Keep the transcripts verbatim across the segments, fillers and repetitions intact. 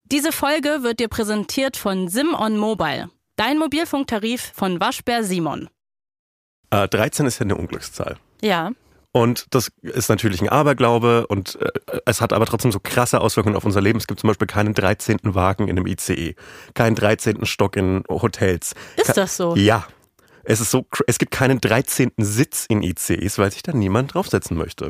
Diese Folge wird dir präsentiert von Sim-On Mobile, dein Mobilfunktarif von Waschbär Simon. Äh, dreizehn ist ja eine Unglückszahl. Ja. Und das ist natürlich ein Aberglaube und äh, es hat aber trotzdem so krasse Auswirkungen auf unser Leben. Es gibt zum Beispiel keinen dreizehnten Wagen in einem I C E, keinen dreizehnten Stock in Hotels. Ist Ke- das so? Ja. Es ist so, cr- es gibt keinen dreizehnten Sitz in I C Es, weil sich da niemand draufsetzen möchte.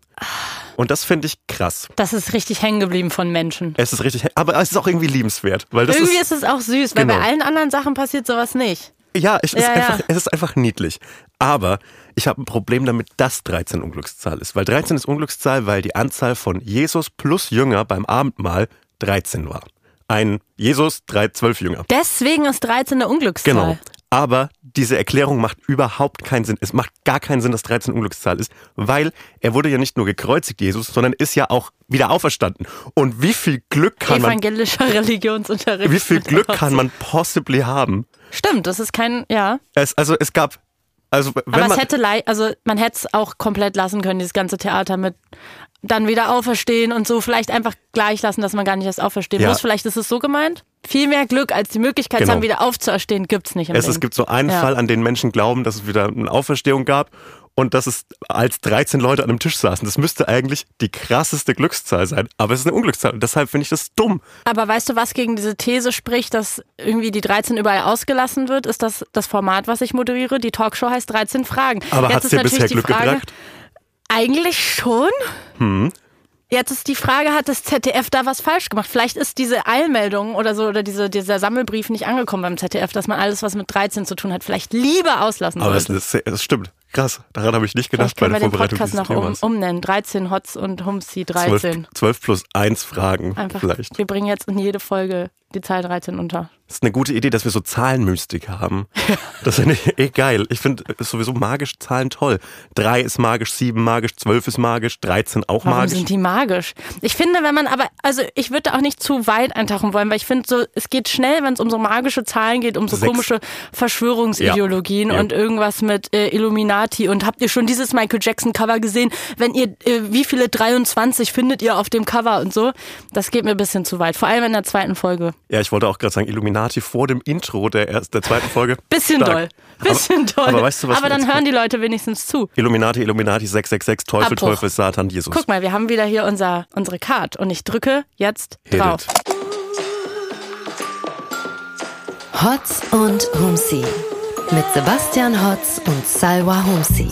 Und das finde ich krass. Das ist richtig hängen geblieben von Menschen. Es ist richtig, aber es ist auch irgendwie liebenswert. Weil das irgendwie ist, ist es auch süß, weil genau. bei allen anderen Sachen passiert sowas nicht. Ja, es, Ja, ist ja. Einfach, es ist einfach niedlich. Aber ich habe ein Problem damit, dass dreizehn Unglückszahl ist. Weil dreizehn ist Unglückszahl, weil die Anzahl von Jesus plus Jünger beim Abendmahl dreizehn war. Ein Jesus, drei, zwölf Jünger. Deswegen ist dreizehn eine Unglückszahl. Genau. Aber diese Erklärung macht überhaupt keinen Sinn. Es macht gar keinen Sinn, dass dreizehn Unglückszahl ist, weil er wurde ja nicht nur gekreuzigt, Jesus, sondern ist ja auch wieder auferstanden. Und wie viel Glück kann man... Evangelischer Religionsunterricht. Wie viel Glück kann man possibly haben? Stimmt, das ist kein... Ja. Es, also es gab... Also, wenn Aber man, es hätte lei- also man hätte es auch komplett lassen können, dieses ganze Theater mit dann wieder auferstehen und so. Vielleicht einfach gleich lassen, dass man gar nicht erst auferstehen Ja. muss. Vielleicht ist es so gemeint. Viel mehr Glück als die Möglichkeit Genau. zu haben, wieder aufzuerstehen, gibt's nicht im es, Leben. es gibt so einen Ja. Fall, an den Menschen glauben, dass es wieder eine Auferstehung gab und dass es als dreizehn Leute an einem Tisch saßen. Das müsste eigentlich die krasseste Glückszahl sein, aber es ist eine Unglückszahl und deshalb finde ich das dumm. Aber weißt du, was gegen diese These spricht, dass irgendwie die dreizehn überall ausgelassen wird? Ist das das Format, was ich moderiere? Die Talkshow heißt dreizehn Fragen. Aber Jetzt hat es ist dir natürlich bisher die Glück Frage, gebracht? Eigentlich schon. Hm. Jetzt ist die Frage, hat das Z D F da was falsch gemacht? Vielleicht ist diese Eilmeldung oder so oder diese, dieser Sammelbrief nicht angekommen beim Z D F, dass man alles, was mit dreizehn zu tun hat, vielleicht lieber auslassen Aber es, sollte. das, das stimmt. Krass. Daran habe ich nicht gedacht Vielleicht bei können der wir den Vorbereitung Podcast dieses noch um, Themas. umnennen. dreizehn Hotz und Humsi dreizehn. zwölf plus eins Fragen Einfach, vielleicht. wir bringen jetzt in jede Folge die Zahl dreizehn unter. Das ist eine gute Idee, dass wir so Zahlenmystik haben. Das finde ich eh geil. Ich finde sowieso magische Zahlen toll. Drei ist magisch, sieben magisch, zwölf ist magisch, dreizehn auch Warum magisch. sind die magisch? Ich finde, wenn man aber, also ich würde da auch nicht zu weit eintauchen wollen, weil ich finde so, es geht schnell, wenn es um so magische Zahlen geht, um so Sechs. komische Verschwörungsideologien Ja. Ja. und irgendwas mit äh, Illuminati und habt ihr schon dieses Michael Jackson Cover gesehen? Wenn ihr, äh, wie viele dreiundzwanzig findet ihr auf dem Cover und so? Das geht mir ein bisschen zu weit, vor allem in der zweiten Folge. Ja, ich wollte auch gerade sagen, Illuminati vor dem Intro der, erst, der zweiten Folge. Bisschen Stark. doll, bisschen aber, doll. Aber weißt du, was aber wir dann jetzt- hören die Leute wenigstens zu. Illuminati, Illuminati, sechs sechs sechs, Teufel, Abbruch. Teufel, Satan, Jesus. Guck mal, wir haben wieder hier unser, unsere Card und ich drücke jetzt Hit drauf. it. Hotz und Humsi mit Sebastian Hotz und Salwa Humsi.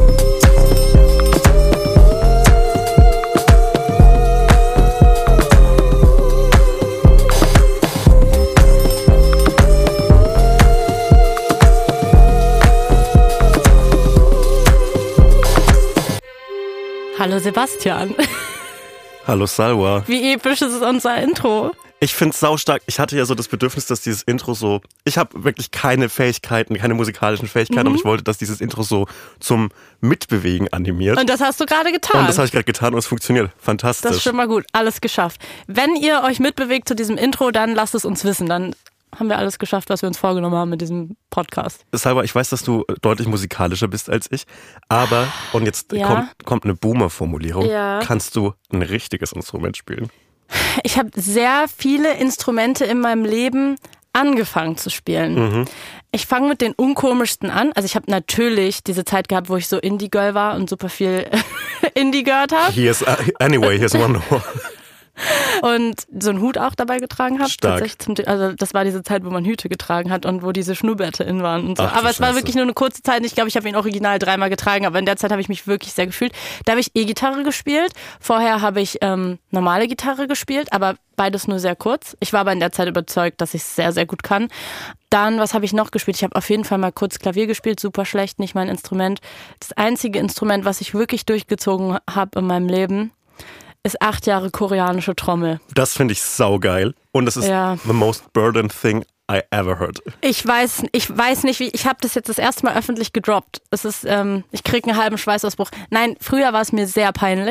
Hallo Sebastian. Hallo Salwa. Wie episch ist unser Intro? Ich find's saustark. Ich hatte ja so das Bedürfnis, dass dieses Intro so... Ich habe wirklich keine Fähigkeiten, keine musikalischen Fähigkeiten, Mhm. aber ich wollte, dass dieses Intro so zum Mitbewegen animiert. Und das hast du gerade getan. Und das habe ich gerade getan und es funktioniert. Fantastisch. Das ist schon mal gut. Alles geschafft. Wenn ihr euch mitbewegt zu diesem Intro, dann lasst es uns wissen. Dann haben wir alles geschafft, was wir uns vorgenommen haben mit diesem Podcast. Salwa, ich weiß, dass du deutlich musikalischer bist als ich, aber, und jetzt Ja. kommt, kommt eine Boomer-Formulierung, Ja. kannst du ein richtiges Instrument spielen? Ich habe sehr viele Instrumente in meinem Leben angefangen zu spielen. Mhm. Ich fange mit den unkomischsten an. Also ich habe natürlich diese Zeit gehabt, wo ich so Indie-Girl war und super viel Indie gehört habe. Here's, uh, anyway, here's one more. Und so einen Hut auch dabei getragen habe. Stark. Tatsächlich zum, also das war diese Zeit, wo man Hüte getragen hat und wo diese Schnurrbärte in waren und so. Ach du Aber es war Scheiße. wirklich nur eine kurze Zeit. Ich glaube, ich habe ihn original dreimal getragen, aber in der Zeit habe ich mich wirklich sehr gefühlt. Da habe ich E-Gitarre gespielt. Vorher habe ich ähm, normale Gitarre gespielt, aber beides nur sehr kurz. Ich war aber in der Zeit überzeugt, dass ich es sehr, sehr gut kann. Dann, was habe ich noch gespielt? Ich habe auf jeden Fall mal kurz Klavier gespielt, super schlecht, nicht mein Instrument. Das einzige Instrument, was ich wirklich durchgezogen habe in meinem Leben, ist acht Jahre koreanische Trommel. Das finde ich saugeil. Und das ist Ja. the most burden thing I ever heard. Ich weiß, ich weiß nicht, wie. Ich habe das jetzt das erste Mal öffentlich gedroppt. Es ist, ähm, ich kriege einen halben Schweißausbruch. Nein, früher war es mir sehr peinlich,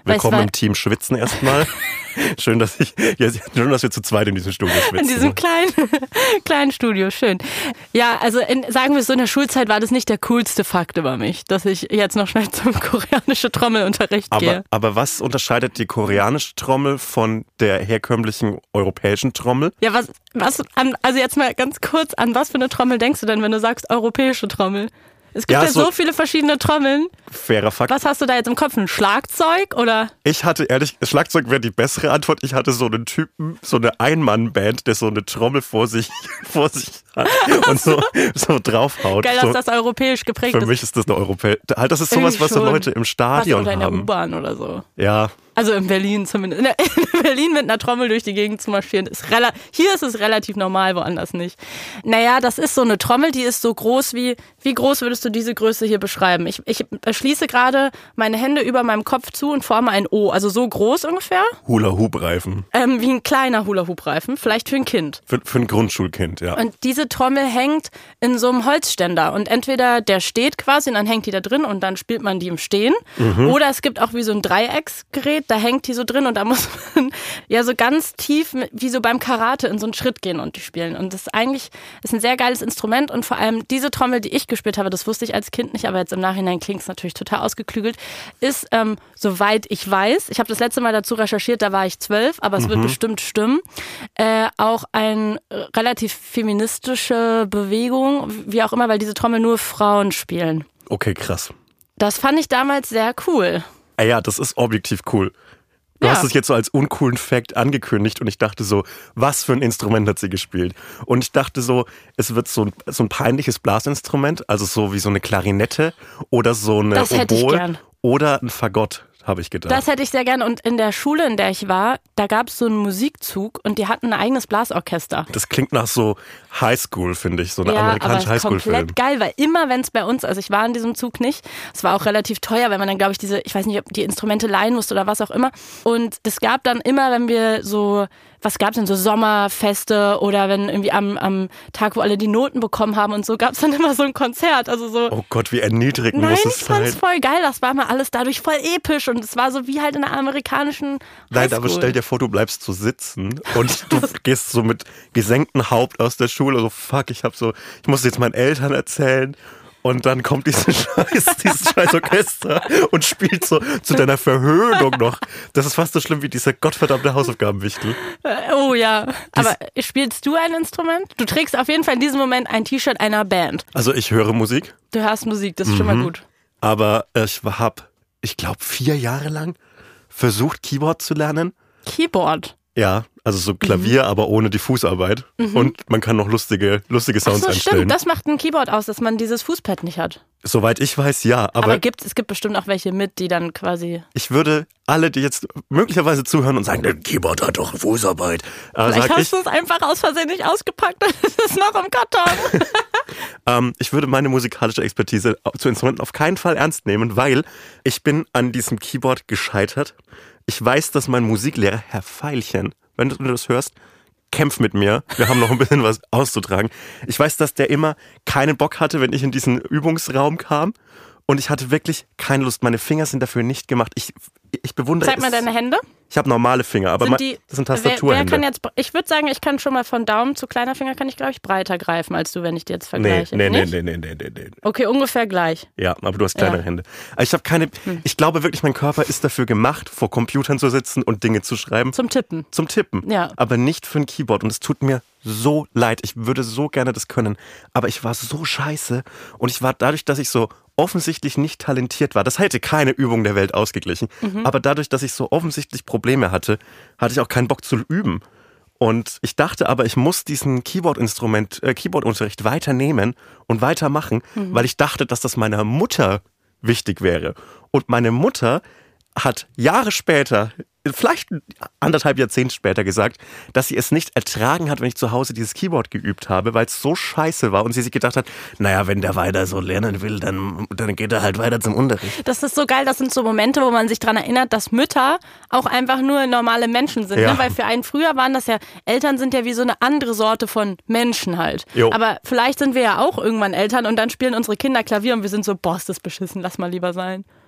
Willkommen war, im Team Schwitzen erstmal. Schön, dass ich, ja, schön, dass wir zu zweit in diesem Studio schwitzen. In diesem kleinen, kleinen Studio, schön. Ja, also in, sagen wir so, in der Schulzeit war das nicht der coolste Fakt über mich, dass ich jetzt noch schnell zum koreanischen Trommelunterricht aber, gehe. Aber was unterscheidet die koreanische Trommel von der herkömmlichen europäischen Trommel? Ja, was, was an, also jetzt mal ganz kurz, an was für eine Trommel denkst du denn, wenn du sagst europäische Trommel? Es gibt ja, ja so, so viele verschiedene Trommeln. Fairer Fakt. Was hast du da jetzt im Kopf? Ein Schlagzeug oder? Ich hatte ehrlich, Schlagzeug wäre die bessere Antwort. Ich hatte so einen Typen, so eine Ein-Mann-Band, der so eine Trommel vor sich, vor sich hat und so, so draufhaut. Geil, so. dass das europäisch geprägt ist. Für mich ist das eine europäische. Halt, das ist sowas, was so Leute im Stadion was, oder in der haben. U-Bahn oder so. Ja. Also in Berlin zumindest. In, der, in Berlin mit einer Trommel durch die Gegend zu marschieren, ist rela- hier ist es relativ normal, woanders nicht. Naja, das ist so eine Trommel, die ist so groß wie, wie groß würdest du diese Größe hier beschreiben? Ich, ich schließe gerade meine Hände über meinem Kopf zu und forme ein O, also so groß ungefähr. Hula-Hoop-Reifen. Ähm, wie ein kleiner Hula-Hoop-Reifen, vielleicht für ein Kind. Für, für ein Grundschulkind, ja. Und diese Trommel hängt in so einem Holzständer und entweder der steht quasi und dann hängt die da drin und dann spielt man die im Stehen. Mhm. Oder es gibt auch wie so ein Dreiecksgerät, da hängt die so drin und da muss man ja so ganz tief, wie so beim Karate, in so einen Schritt gehen und die spielen. Und das ist eigentlich ist ein sehr geiles Instrument und vor allem diese Trommel, die ich gespielt habe, das wusste ich als Kind nicht, aber jetzt im Nachhinein klingt es natürlich total ausgeklügelt, ist, ähm, soweit ich weiß, ich habe das letzte Mal dazu recherchiert, da war ich zwölf, aber es mhm. wird bestimmt stimmen, äh, auch eine relativ feministische Bewegung, wie auch immer, weil diese Trommel nur Frauen spielen. Okay, krass. Das fand ich damals sehr cool. Ah ja, das ist objektiv cool. Du ja. hast es jetzt so als uncoolen Fact angekündigt und ich dachte so, was für ein Instrument hat sie gespielt? Und ich dachte so, es wird so ein, so ein peinliches Blasinstrument, also so wie so eine Klarinette oder so eine das hätte ich Oboe gern. Oder ein Fagott, habe ich gedacht. Das hätte ich sehr gerne. Und in der Schule, in der ich war, da gab es so einen Musikzug und die hatten ein eigenes Blasorchester. Das klingt nach so Highschool, finde ich, so eine ja, amerikanische Highschool-Film. Komplett geil, weil immer, wenn es bei uns, also ich war in diesem Zug nicht, es war auch relativ teuer, weil man dann, glaube ich, diese, ich weiß nicht, ob die Instrumente leihen musste oder was auch immer. Und es gab dann immer, wenn wir so, was gab es denn, so Sommerfeste oder wenn irgendwie am, am Tag, wo alle die Noten bekommen haben und so, gab es dann immer so ein Konzert. Also so. Oh Gott, wie erniedrigend Nein, muss es ich sein. fand's voll geil, das war mal alles dadurch voll episch und es war so wie halt in einer amerikanischen Nein, Highschool. aber stell dir vor, du bleibst so sitzen und du gehst so mit gesenktem Haupt aus der Schule, so fuck, ich hab so, ich muss jetzt meinen Eltern erzählen. Und dann kommt dieses scheiß, dieses scheiß Orchester und spielt so zu deiner Verhöhnung noch. Das ist fast so schlimm wie dieser gottverdammte Hausaufgabenwichtel. Oh ja, aber spielst du ein Instrument? Du trägst auf jeden Fall in diesem Moment ein T-Shirt einer Band. Also ich höre Musik. Du hörst Musik, das ist mhm. schon mal gut. Aber ich habe, ich glaube, vier Jahre lang versucht, Keyboard zu lernen. Keyboard? Ja, also so Klavier, mhm. aber ohne die Fußarbeit. Mhm. Und man kann noch lustige, lustige Sounds Ach so, einstellen. Stimmt, das macht ein Keyboard aus, dass man dieses Fußpad nicht hat. Soweit ich weiß, ja. Aber, aber gibt, es gibt bestimmt auch welche mit, die dann quasi... Ich würde alle, die jetzt möglicherweise zuhören und sagen, der Keyboard hat doch Fußarbeit. Äh, Vielleicht sag hast ich, du es einfach aus Versehen nicht ausgepackt und es ist noch im Karton. ähm, ich würde meine musikalische Expertise zu Instrumenten auf keinen Fall ernst nehmen, weil ich bin an diesem Keyboard gescheitert. Ich weiß, dass mein Musiklehrer, Herr Veilchen, wenn du das hörst, kämpf mit mir. Wir haben noch ein bisschen was auszutragen. Ich weiß, dass der immer keinen Bock hatte, wenn ich in diesen Übungsraum kam. Und ich hatte wirklich keine Lust. Meine Finger sind dafür nicht gemacht. Ich, ich bewundere es. Zeig mal deine Hände. Ich habe normale Finger, aber sind die, das sind Tastaturhände. Wer, wer kann jetzt, ich würde sagen, ich kann schon mal von Daumen zu kleiner Finger, kann ich, glaube ich, breiter greifen, als du, wenn ich dir jetzt vergleiche. Nee, nee, nee, nee, nee, nee, nee. Okay, ungefähr gleich. Ja, aber du hast kleinere ja. Hände. Ich habe keine, hm. ich glaube wirklich, mein Körper ist dafür gemacht, vor Computern zu sitzen und Dinge zu schreiben. Zum Tippen. Zum Tippen. Ja. Aber nicht für ein Keyboard. Und es tut mir so leid. Ich würde so gerne das können. Aber ich war so scheiße. Und ich war dadurch, dass ich so offensichtlich nicht talentiert war. Das hätte keine Übung der Welt ausgeglichen. Mhm. Aber dadurch, dass ich so offensichtlich Probleme hatte, hatte ich auch keinen Bock zu üben. Und ich dachte aber, ich muss diesen Keyboard-Instrument, äh, Keyboard-Unterricht weiternehmen und weitermachen, mhm. weil ich dachte, dass das meiner Mutter wichtig wäre. Und meine Mutter hat Jahre später, vielleicht anderthalb Jahrzehnte später gesagt, dass sie es nicht ertragen hat, wenn ich zu Hause dieses Keyboard geübt habe, weil es so scheiße war und sie sich gedacht hat, naja, wenn der weiter so lernen will, dann, dann geht er halt weiter zum Unterricht. Das ist so geil, das sind so Momente, wo man sich daran erinnert, dass Mütter auch einfach nur normale Menschen sind. Ja. Ne? Weil für einen früher waren das ja, Eltern sind ja wie so eine andere Sorte von Menschen halt. Jo. Aber vielleicht sind wir ja auch irgendwann Eltern und dann spielen unsere Kinder Klavier und wir sind so, boah, ist das beschissen, lass mal lieber sein.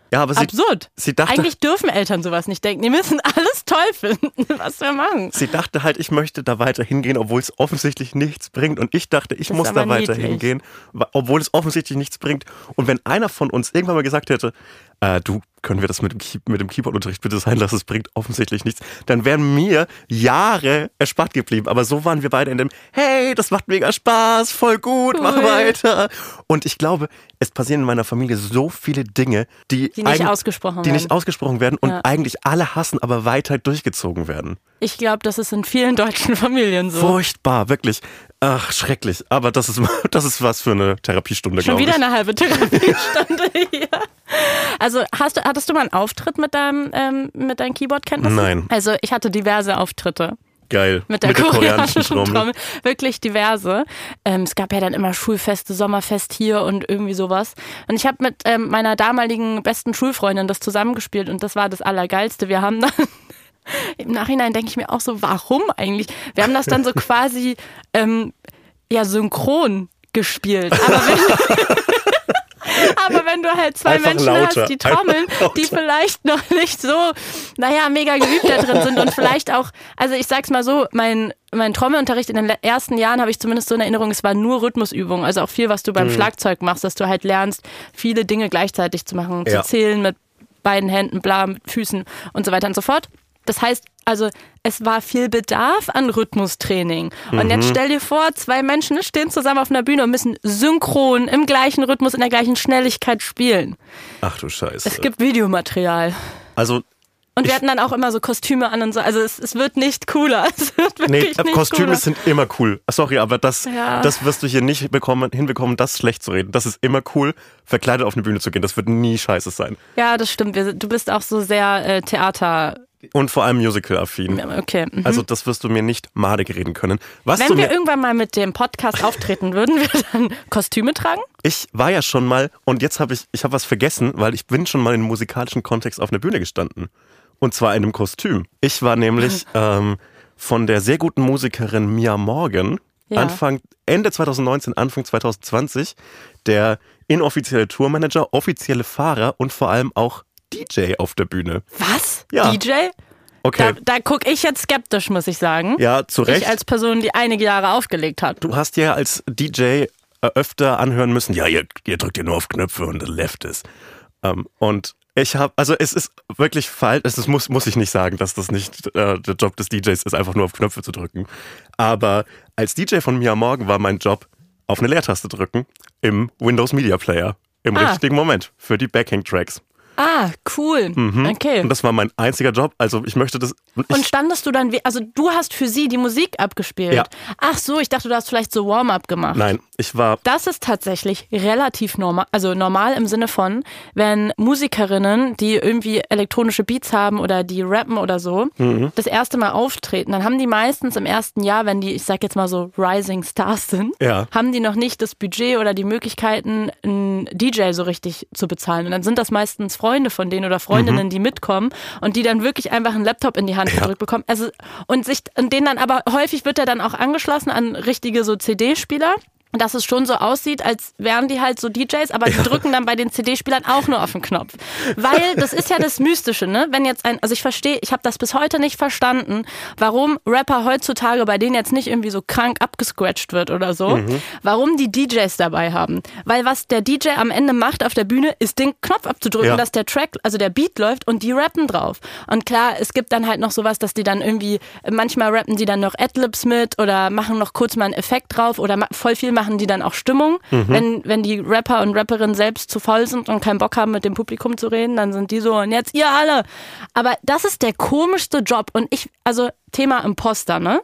Ja, aber sie, absurd. Sie dachte, Eigentlich dürfen Eltern sowas nicht denken. Die müssen alles toll finden, was wir machen. Sie dachte halt, ich möchte da weiter hingehen, obwohl es offensichtlich nichts bringt. Und ich dachte, ich Das muss ist da aber weiter niedlich. hingehen, obwohl es offensichtlich nichts bringt. Und wenn einer von uns irgendwann mal gesagt hätte, äh, du, können wir das mit dem, Key- mit dem Keyboard-Unterricht bitte sein lassen, es bringt offensichtlich nichts, dann wären mir Jahre erspart geblieben. Aber so waren wir beide in dem, hey, das macht mega Spaß, voll gut, Cool. mach weiter. Und ich glaube, es passieren in meiner Familie so viele Dinge, die, Die nicht eig- ausgesprochen die werden. nicht ausgesprochen werden und Ja. eigentlich alle hassen, aber weiter durchgezogen werden. Ich glaube, das ist in vielen deutschen Familien so. Furchtbar, wirklich. Ach, schrecklich. Aber das ist, das ist was für eine Therapiestunde, Schon glaube ich. wieder eine halbe Therapiestunde hier. Also hast du, hattest du mal einen Auftritt mit deinem ähm, mit deinen Keyboard-Kenntnissen? Nein. Also ich hatte diverse Auftritte. Geil. Mit der, koreanischen koreanischen Trommel. Trommel. Wirklich diverse. Ähm, es gab ja dann immer Schulfeste, Sommerfest hier und irgendwie sowas. Und ich habe mit ähm, meiner damaligen besten Schulfreundin das zusammengespielt und das war das Allergeilste. Wir haben dann, im Nachhinein denke ich mir auch so, warum eigentlich? Wir haben das dann so quasi ähm, ja synchron gespielt. Aber wenn, aber wenn du halt zwei Einfach Menschen lauter. hast, die trommeln, Einfach lauter. die vielleicht noch nicht so, naja, mega geübt da drin sind und vielleicht auch, also ich sag's mal so, mein, mein Trommelunterricht in den le- ersten Jahren habe ich zumindest so in Erinnerung, es war nur Rhythmusübung, also auch viel, was du Mhm. beim Schlagzeug machst, dass du halt lernst, viele Dinge gleichzeitig zu machen, Ja. zu zählen mit beiden Händen, bla, mit Füßen und so weiter und so fort. Das heißt, also es war viel Bedarf an Rhythmustraining. Und Mhm. jetzt stell dir vor, zwei Menschen stehen zusammen auf einer Bühne und müssen synchron im gleichen Rhythmus, in der gleichen Schnelligkeit spielen. Ach du Scheiße. Es gibt Videomaterial. also, Und wir Ich- hatten dann auch immer so Kostüme an und so. Also es, es wird nicht cooler. Es wird nee, wirklich nicht Kostüme cooler. sind immer cool. Sorry, aber das, Ja. das wirst du hier nicht bekommen, hinbekommen, das schlecht zu reden. Das ist immer cool, verkleidet auf eine Bühne zu gehen. Das wird nie scheiße sein. Ja, das stimmt. Wir, du bist auch so sehr äh, Theater. Und vor allem Musical-affin. Okay. Mhm. Also das wirst du mir nicht madig reden können. Was Wenn du wir mir, irgendwann mal mit dem Podcast auftreten, würden wir dann Kostüme tragen? ich war ja schon mal, und jetzt habe ich, ich habe was vergessen, weil ich bin schon mal in einem musikalischen Kontext auf einer Bühne gestanden. Und zwar in einem Kostüm. Ich war nämlich ähm, von der sehr guten Musikerin Mia Morgan, Ja. Anfang, Ende zwanzig neunzehn, Anfang zwanzig zwanzig, der inoffizielle Tourmanager, offizielle Fahrer und vor allem auch D J auf der Bühne. Was? Ja. D J? Okay, Da, da gucke ich jetzt skeptisch, muss ich sagen. ja, zu Recht. Ich als Person, die einige Jahre aufgelegt hat. Du hast ja als D J äh, öfter anhören müssen, ja, ihr, ihr drückt ja nur auf Knöpfe und left is. Ähm, und ich habe, also es ist wirklich falsch, es ist, muss, muss ich nicht sagen, dass das nicht äh, der Job des D Js ist, einfach nur auf Knöpfe zu drücken. Aber als D J von Mia Morgan war mein Job, auf eine Leertaste drücken im Windows Media Player. Im Ah. richtigen Moment für die Backing-Tracks. Ah, cool. Okay. Und das war mein einziger Job. Also ich möchte das. Ich, Und standest du dann, wie, also du hast für sie die Musik abgespielt? Ja. Ach so, ich dachte, du hast vielleicht so Warm-up gemacht. nein, ich war. Das ist tatsächlich relativ normal, also normal im Sinne von, wenn Musikerinnen, die irgendwie elektronische Beats haben oder die rappen oder so, Mhm. das erste Mal auftreten, dann haben die meistens im ersten Jahr, wenn die, ich sag jetzt mal so Rising Stars sind, Ja. haben die noch nicht das Budget oder die Möglichkeiten, einen D J so richtig zu bezahlen. Und dann sind das meistens Freunde von denen oder Freundinnen, die mitkommen und die dann wirklich einfach einen Laptop in die Hand gedrückt bekommen. Also, und sich, und den dann aber häufig wird er dann auch angeschlossen an richtige so C D-Spieler. Dass es schon so aussieht, als wären die halt so D Js, aber die drücken dann bei den C D-Spielern auch nur auf den Knopf. Weil das ist ja das Mystische, ne? Wenn jetzt ein, also ich verstehe, ich habe das bis heute nicht verstanden, warum Rapper heutzutage, bei denen jetzt nicht irgendwie so krank abgescratcht wird oder so, Mhm. warum die D Js dabei haben. Weil was der D J am Ende macht auf der Bühne, ist den Knopf abzudrücken, Ja. dass der Track, also der Beat läuft und die rappen drauf. Und klar, es gibt dann halt noch sowas, dass die dann irgendwie, manchmal rappen die dann noch Adlibs mit oder machen noch kurz mal einen Effekt drauf oder ma- voll viel machen die dann auch Stimmung. Wenn, wenn die Rapper und Rapperinnen selbst zu voll sind und keinen Bock haben, mit dem Publikum zu reden, dann sind die so, und jetzt ihr alle. Aber das ist der komischste Job. Und ich, also Thema Imposter, ne?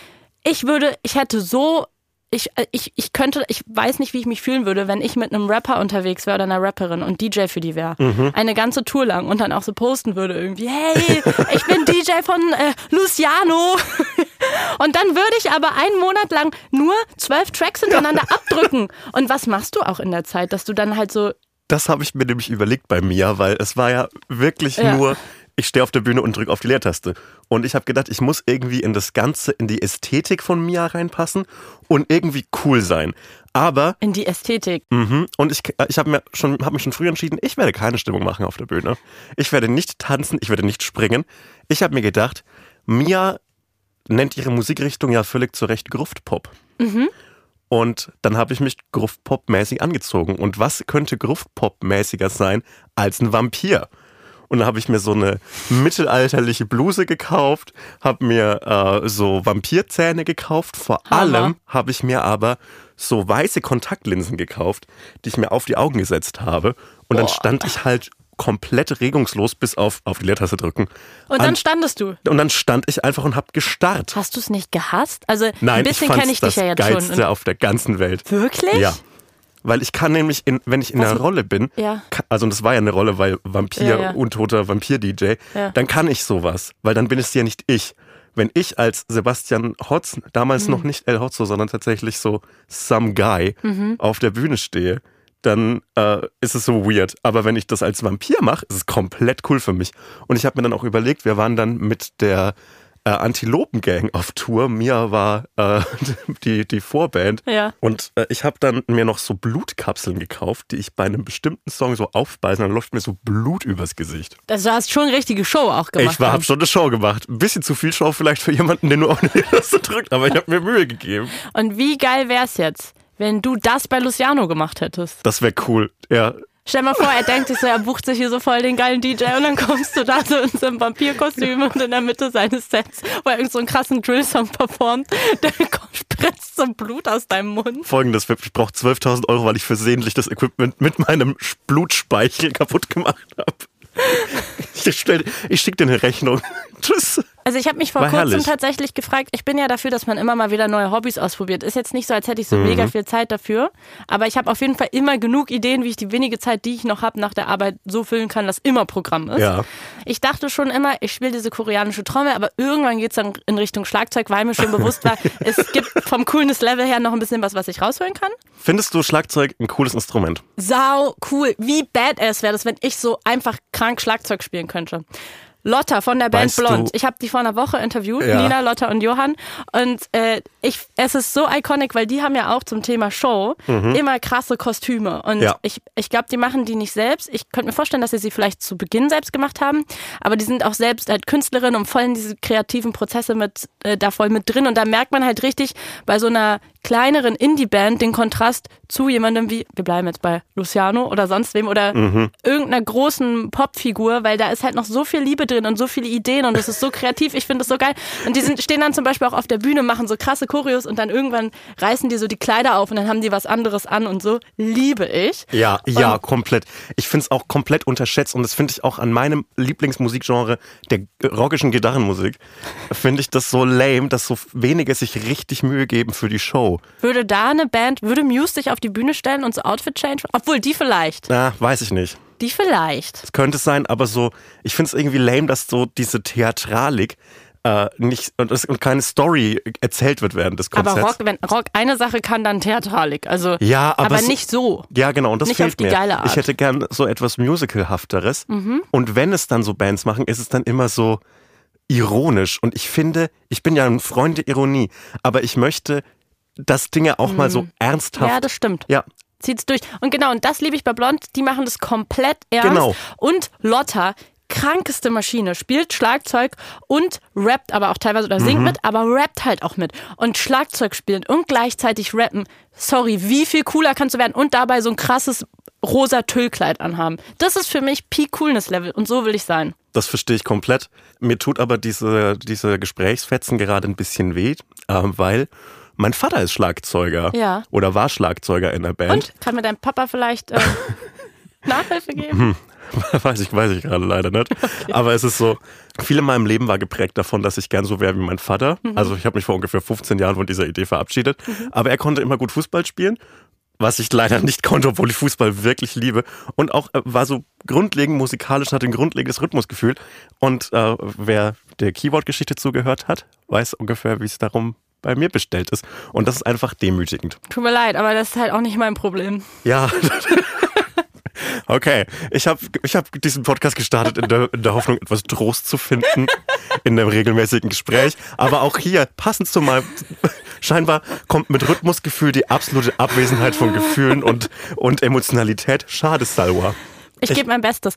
Ich würde, ich hätte so, ich, ich, ich könnte, ich weiß nicht, wie ich mich fühlen würde, wenn ich mit einem Rapper unterwegs wäre oder einer Rapperin und D J für die wäre. Eine ganze Tour lang und dann auch so posten würde irgendwie, hey, ich bin D J von äh, Luciano. Und dann würde ich aber einen Monat lang nur zwölf Tracks hintereinander abdrücken. Und was machst du auch in der Zeit, dass du dann halt so, Das habe ich mir nämlich überlegt bei Mia, weil es war ja wirklich Ja. nur ich stehe auf der Bühne und drücke auf die Leertaste. Und ich habe gedacht, ich muss irgendwie in das Ganze, in die Ästhetik von Mia reinpassen und irgendwie cool sein. Aber in die Ästhetik. Mhm. Und ich, ich habe mir schon, hab mich schon früh entschieden, ich werde keine Stimmung machen auf der Bühne. Ich werde nicht tanzen, ich werde nicht springen. Ich habe mir gedacht, Mia nennt ihre Musikrichtung ja völlig zu Recht Gruftpop. Mhm. Und dann habe ich mich Gruftpop-mäßig angezogen. Und was könnte Gruftpop-mäßiger sein als ein Vampir? Und dann habe ich mir so eine mittelalterliche Bluse gekauft, habe mir äh, so Vampirzähne gekauft. Vor Hammer. allem habe ich mir aber so weiße Kontaktlinsen gekauft, die ich mir auf die Augen gesetzt habe. Und dann Boah. stand ich halt komplett regungslos bis auf, auf die Leertaste drücken. Und dann standest du. Und dann stand ich einfach und habe gestarrt. Hast du es nicht gehasst? Also Nein, ein bisschen kenne ich dich ja jetzt das schon. Geilste auf der ganzen Welt. Wirklich? Ja. Weil ich kann nämlich, in, wenn ich in Was? einer Rolle bin, Ja. kann, also das war ja eine Rolle, weil Vampir, Ja, ja. untoter Vampir-D J, Ja. dann kann ich sowas, weil dann bin es ja nicht ich. Wenn ich als Sebastian Hotz, damals Mhm. noch nicht El Hotzo, sondern tatsächlich so some guy Mhm. auf der Bühne stehe, dann äh, ist es so weird. Aber wenn ich das als Vampir mache, ist es komplett cool für mich. Und ich habe mir dann auch überlegt, wir waren dann mit der äh, Antilopen-Gang auf Tour. Mia war äh, die, die Vorband. Ja. Und äh, ich habe dann mir noch so Blutkapseln gekauft, die ich bei einem bestimmten Song so aufbeiße. Dann läuft mir so Blut übers Gesicht. Also du hast schon eine richtige Show auch gemacht. Ich war, dann. hab schon eine Show gemacht. Ein bisschen zu viel Show vielleicht für jemanden, der nur auf eine Taste drückt, aber ich habe mir Mühe gegeben. Und wie geil wär's jetzt, wenn du das bei Luciano gemacht hättest? Das wäre cool. Ja. Stell mal vor, er denkt sich so, er bucht sich hier so voll den geilen D J und dann kommst du da so in so einem Vampirkostüm und in der Mitte seines Sets, wo er irgend so einen krassen Drill-Song performt, der spritzt so Blut aus deinem Mund. Folgendes, ich brauche zwölftausend Euro, weil ich versehentlich das Equipment mit meinem Blutspeichel kaputt gemacht habe. Ich, stell- ich schicke dir eine Rechnung. Tschüss. Also ich habe mich vor War kurzem herrlich. tatsächlich gefragt, ich bin ja dafür, dass man immer mal wieder neue Hobbys ausprobiert. Ist jetzt nicht so, als hätte ich so mega viel Zeit dafür, aber ich habe auf jeden Fall immer genug Ideen, wie ich die wenige Zeit, die ich noch habe nach der Arbeit, so füllen kann, dass immer Programm ist. Ja. Ich dachte schon immer, ich spiele diese koreanische Trommel, aber irgendwann geht es dann in Richtung Schlagzeug, weil mir schon bewusst war, es gibt vom Coolness-Level her noch ein bisschen was, was ich rausholen kann. Findest du Schlagzeug ein cooles Instrument? Sau cool. Wie badass wäre das, wenn ich so einfach krank Schlagzeug spielen könnte. Lotta von der Band Weißt du- Blond. Ich habe die vor einer Woche interviewt, Ja. Nina, Lotta und Johann. Und äh, ich, es ist so iconic, weil die haben ja auch zum Thema Show immer krasse Kostüme. Und Ja. ich, ich glaube, die machen die nicht selbst. Ich könnte mir vorstellen, dass sie sie vielleicht zu Beginn selbst gemacht haben. Aber die sind auch selbst halt Künstlerinnen und voll in diese kreativen Prozesse mit äh, da voll mit drin. Und da merkt man halt richtig bei so einer kleineren Indie-Band den Kontrast zu jemandem wie, wir bleiben jetzt bei Luciano oder sonst wem oder irgendeiner großen Popfigur, weil da ist halt noch so viel Liebe drin und so viele Ideen und es ist so kreativ, ich finde das so geil. Und die sind, stehen dann zum Beispiel auch auf der Bühne, machen so krasse Choreos und dann irgendwann reißen die so die Kleider auf und dann haben die was anderes an und so. Liebe ich. Ja, ja, Und- komplett. Ich finde es auch komplett unterschätzt und das finde ich auch an meinem Lieblingsmusikgenre, der rockischen Gitarrenmusik, finde ich das so lame, dass so wenige sich richtig Mühe geben für die Show. Würde da eine Band, würde Muse sich auf die Bühne stellen und so Outfit-Change? Obwohl, die vielleicht. Na, weiß ich nicht. Die vielleicht. Das könnte es sein, aber so, ich finde es irgendwie lame, dass so diese Theatralik äh, nicht und, es- und keine Story erzählt wird während des Konzerts. Aber Rock, wenn Rock eine Sache kann, dann Theatralik. Also, Ja, aber so- nicht so. Ja, genau, und das Nicht fehlt auf die mir. geile Art. Ich hätte gern so etwas Musicalhafteres. Mhm. Und wenn es dann so Bands machen, ist es dann immer so ironisch. Und ich finde, ich bin ja ein Freund der Ironie, aber ich möchte, dass Dinge auch mal so ernsthaft. Mhm. Ja, das stimmt. Ja, Zieht's durch. Und genau, und das liebe ich bei Blond, die machen das komplett ernst. Genau. Und Lotta, krankeste Maschine, spielt Schlagzeug und rappt aber auch teilweise oder singt mit, aber rappt halt auch mit. Und Schlagzeug spielen und gleichzeitig rappen. Sorry, wie viel cooler kannst du werden und dabei so ein krasses rosa Tüllkleid anhaben. Das ist für mich Peak Coolness Level und so will ich sein. das verstehe ich komplett. Mir tut aber diese, diese Gesprächsfetzen gerade ein bisschen weh, äh, weil mein Vater ist Schlagzeuger Ja. oder war Schlagzeuger in der Band. Und kann mir dein Papa vielleicht äh, Nachhilfe geben? Weiß ich, weiß ich gerade leider nicht. Aber es ist so, viel in meinem Leben war geprägt davon, dass ich gern so wäre wie mein Vater. Also ich habe mich vor ungefähr fünfzehn Jahren von dieser Idee verabschiedet. Aber er konnte immer gut Fußball spielen, was ich leider nicht konnte, obwohl ich Fußball wirklich liebe. Und auch äh, war so grundlegend musikalisch, hatte ein grundlegendes Rhythmusgefühl. Und äh, wer der Keyword-Geschichte zugehört hat, weiß ungefähr, wie es darum bei mir bestellt ist. Und das ist einfach demütigend. Tut mir leid, aber das ist halt auch nicht mein Problem. Ja. Okay, ich habe ich hab diesen Podcast gestartet in der, in der Hoffnung, etwas Trost zu finden in einem regelmäßigen Gespräch. Aber auch hier, passend zu meinem, scheinbar kommt mit Rhythmusgefühl die absolute Abwesenheit von Gefühlen und, und Emotionalität. Schade, Salwa. Ich, ich gebe mein Bestes.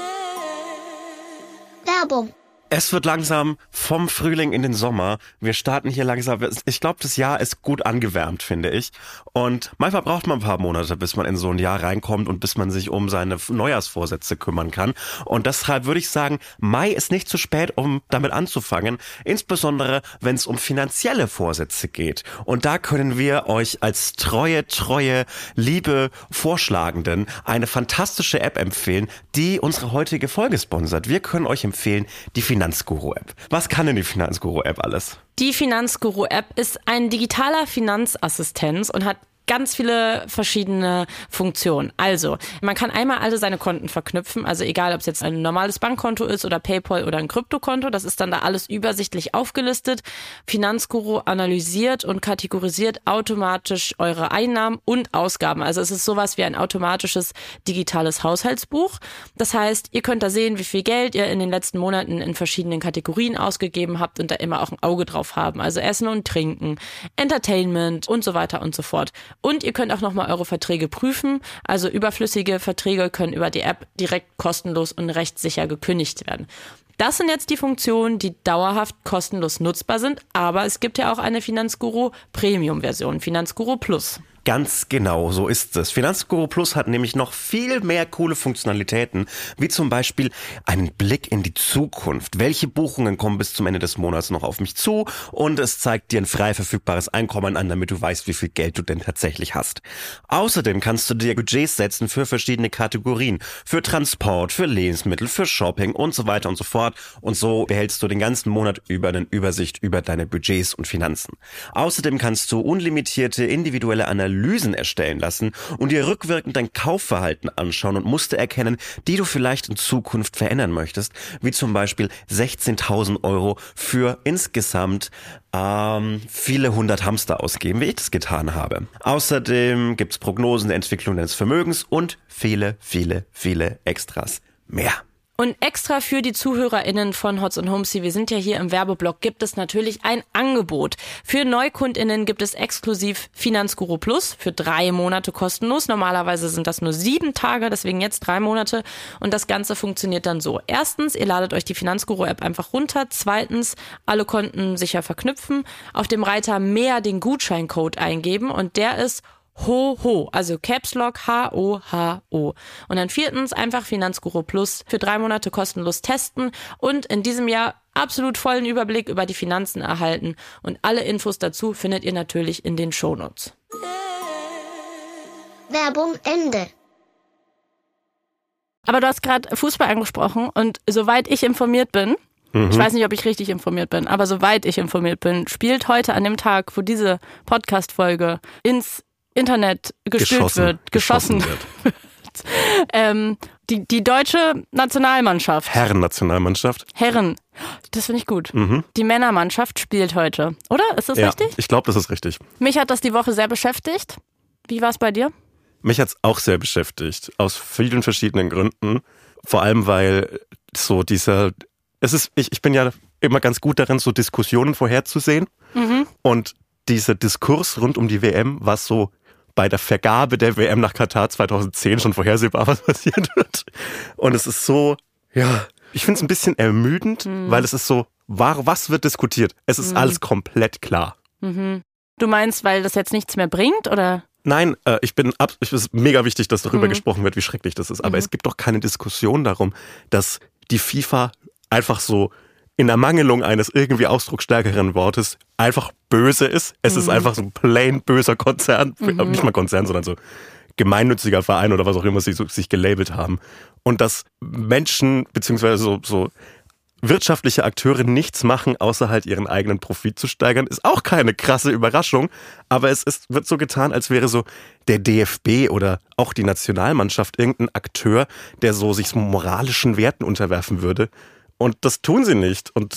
Werbung. Es wird langsam vom Frühling in den Sommer. Wir starten hier langsam. Ich glaube, das Jahr ist gut angewärmt, finde ich. Und manchmal braucht man ein paar Monate, bis man in so ein Jahr reinkommt und bis man sich um seine Neujahrsvorsätze kümmern kann. Und deshalb würde ich sagen, Mai ist nicht zu spät, um damit anzufangen. Insbesondere, wenn es um finanzielle Vorsätze geht. Und da können wir euch als treue, treue, liebe Vorschlagenden eine fantastische App empfehlen, die unsere heutige Folge sponsert. Wir können euch empfehlen, die Finanzguru-App. Was kann denn die Finanzguru-App alles? Die Finanzguru-App ist ein digitaler Finanzassistent und hat ganz viele verschiedene Funktionen. Also, man kann einmal alle seine Konten verknüpfen, also egal, ob es jetzt ein normales Bankkonto ist oder PayPal oder ein Kryptokonto, das ist dann da alles übersichtlich aufgelistet. Finanzguru analysiert und kategorisiert automatisch eure Einnahmen und Ausgaben. Also es ist sowas wie ein automatisches digitales Haushaltsbuch. Das heißt, ihr könnt da sehen, wie viel Geld ihr in den letzten Monaten in verschiedenen Kategorien ausgegeben habt und da immer auch ein Auge drauf haben. Also Essen und Trinken, Entertainment und so weiter und so fort. Und ihr könnt auch nochmal eure Verträge prüfen. Also überflüssige Verträge können über die App direkt kostenlos und rechtssicher gekündigt werden. Das sind jetzt die Funktionen, die dauerhaft kostenlos nutzbar sind. Aber es gibt ja auch eine Finanzguru Premium-Version, Finanzguru Plus. Ganz genau, so ist es. Finanzguru Plus hat nämlich noch viel mehr coole Funktionalitäten, wie zum Beispiel einen Blick in die Zukunft. Welche Buchungen kommen bis zum Ende des Monats noch auf mich zu? Und es zeigt dir ein frei verfügbares Einkommen an, damit du weißt, wie viel Geld du denn tatsächlich hast. Außerdem kannst du dir Budgets setzen für verschiedene Kategorien. Für Transport, für Lebensmittel, für Shopping und so weiter und so fort. Und so behältst du den ganzen Monat über eine Übersicht über deine Budgets und Finanzen. Außerdem kannst du unlimitierte individuelle Analysen Analysen erstellen lassen und dir rückwirkend dein Kaufverhalten anschauen und Muster erkennen, die du vielleicht in Zukunft verändern möchtest, wie zum Beispiel sechzehntausend Euro für insgesamt ähm, viele hundert Hamster ausgeben, wie ich das getan habe. Außerdem gibt's Prognosen der Entwicklung deines Vermögens und viele, viele, viele Extras mehr. Und extra für die ZuhörerInnen von Hotz und Homesy, wir sind ja hier im Werbeblock, gibt es natürlich ein Angebot. Für NeukundInnen gibt es exklusiv Finanzguru Plus für drei Monate kostenlos. Normalerweise sind das nur sieben Tage, deswegen jetzt drei Monate. Und das Ganze funktioniert dann so. Erstens, ihr ladet euch die Finanzguru-App einfach runter. Zweitens, alle Konten sicher verknüpfen. Auf dem Reiter mehr den Gutscheincode eingeben und der ist HOHO, also Caps Lock H O H O. Und dann viertens einfach Finanzguru Plus für drei Monate kostenlos testen und in diesem Jahr absolut vollen Überblick über die Finanzen erhalten. Und alle Infos dazu findet ihr natürlich in den Shownotes. Werbung Ende. Aber du hast gerade Fußball angesprochen und soweit ich informiert bin, mhm. ich weiß nicht, ob ich richtig informiert bin, aber soweit ich informiert bin, spielt heute an dem Tag, wo diese Podcast-Folge ins Internet gestülpt geschossen, wird, geschossen, geschossen wird, ähm, die, die deutsche Nationalmannschaft. Herren-Nationalmannschaft. Herren, das finde ich gut. Mhm. Die Männermannschaft spielt heute, oder? Ist das ja, richtig? Ich glaube, das ist richtig. Mich hat das die Woche sehr beschäftigt. Wie war es bei dir? Mich hat es auch sehr beschäftigt, aus vielen verschiedenen Gründen. Vor allem, weil so dieser, es ist, ich, ich bin ja immer ganz gut darin, so Diskussionen vorherzusehen. Mhm. Und dieser Diskurs rund um die W M war so bei der Vergabe der W M nach Katar zweitausendzehn schon vorhersehbar, was passiert wird. Und es ist so, ja, ich finde es ein bisschen ermüdend, mhm. weil es ist so, war, was wird diskutiert? Es ist mhm. alles komplett klar. Mhm. Du meinst, weil das jetzt nichts mehr bringt, oder? Nein, äh, ich bin ab, es ist mega wichtig, dass darüber mhm. gesprochen wird, wie schrecklich das ist. Aber mhm. es gibt doch keine Diskussion darum, dass die FIFA einfach so in Ermangelung eines irgendwie ausdrucksstärkeren Wortes einfach böse ist. Es mhm. ist einfach so ein plain böser Konzern, mhm. nicht mal Konzern, sondern so gemeinnütziger Verein oder was auch immer sie so, sich gelabelt haben. Und dass Menschen beziehungsweise so, so wirtschaftliche Akteure nichts machen, außer halt ihren eigenen Profit zu steigern, ist auch keine krasse Überraschung. Aber es ist, wird so getan, als wäre so der D F B oder auch die Nationalmannschaft irgendein Akteur, der so sich so moralischen Werten unterwerfen würde. Und das tun sie nicht. Und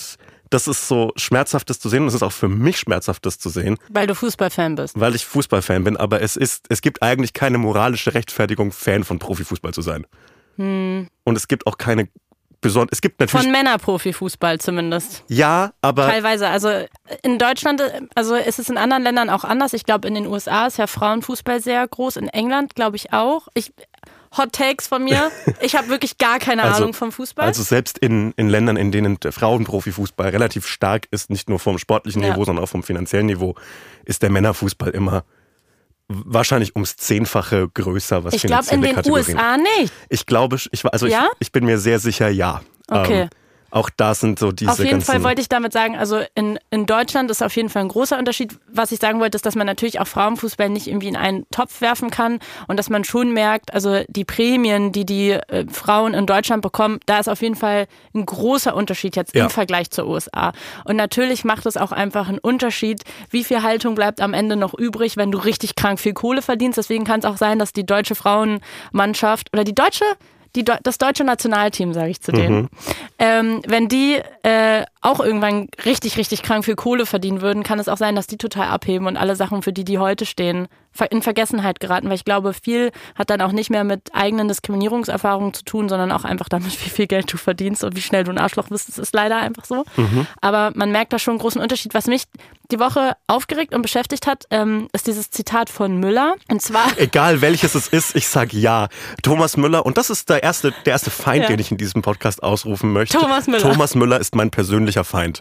das ist so schmerzhaft, das zu sehen. Und es ist auch für mich schmerzhaft, das zu sehen. Weil du Fußballfan bist. Weil ich Fußballfan bin. Aber es ist, es gibt eigentlich keine moralische Rechtfertigung, Fan von Profifußball zu sein. Hm. Und es gibt auch keine besondere, es gibt natürlich... Von Männerprofifußball zumindest. Ja, aber... Teilweise. Also in Deutschland, also ist es in anderen Ländern auch anders. Ich glaube, in den U S A ist ja Frauenfußball sehr groß. In England glaube ich auch. Ich... Hot Takes von mir. Ich habe wirklich gar keine also, Ahnung vom Fußball. Also selbst in, in Ländern, in denen der Frauenprofifußball relativ stark ist, nicht nur vom sportlichen ja. Niveau, sondern auch vom finanziellen Niveau, ist der Männerfußball immer wahrscheinlich ums Zehnfache größer, was ich glaube finanzielle in den U S A nicht. Ich glaube, ich, also ja? ich, ich bin mir sehr sicher, ja. Okay. Ähm, auch da sind so diese Auf jeden ganzen Fall wollte ich damit sagen, also in, in Deutschland ist auf jeden Fall ein großer Unterschied. Was ich sagen wollte, ist, dass man natürlich auch Frauenfußball nicht irgendwie in einen Topf werfen kann und dass man schon merkt, also die Prämien, die die äh, Frauen in Deutschland bekommen, da ist auf jeden Fall ein großer Unterschied jetzt ja. im Vergleich zur U S A. Und natürlich macht es auch einfach einen Unterschied, wie viel Haltung bleibt am Ende noch übrig, wenn du richtig krank viel Kohle verdienst. Deswegen kann es auch sein, dass die deutsche Frauenmannschaft oder die deutsche Die, das deutsche Nationalteam, sage ich zu denen, mhm. ähm, wenn die äh, auch irgendwann richtig, richtig krank viel Kohle verdienen würden, kann es auch sein, dass die total abheben und alle Sachen, für die die heute stehen, in Vergessenheit geraten. Weil ich glaube, viel hat dann auch nicht mehr mit eigenen Diskriminierungserfahrungen zu tun, sondern auch einfach damit, wie viel Geld du verdienst und wie schnell du ein Arschloch bist. Das ist leider einfach so. Mhm. Aber man merkt da schon einen großen Unterschied. Was mich die Woche aufgeregt und beschäftigt hat, ähm, ist dieses Zitat von Müller. Und zwar... Egal welches es ist, ich sag ja. Thomas Müller, und das ist der erste, der erste Feind, ja. den ich in diesem Podcast ausrufen möchte. Thomas Müller. Thomas Müller ist mein persönlicher Feind.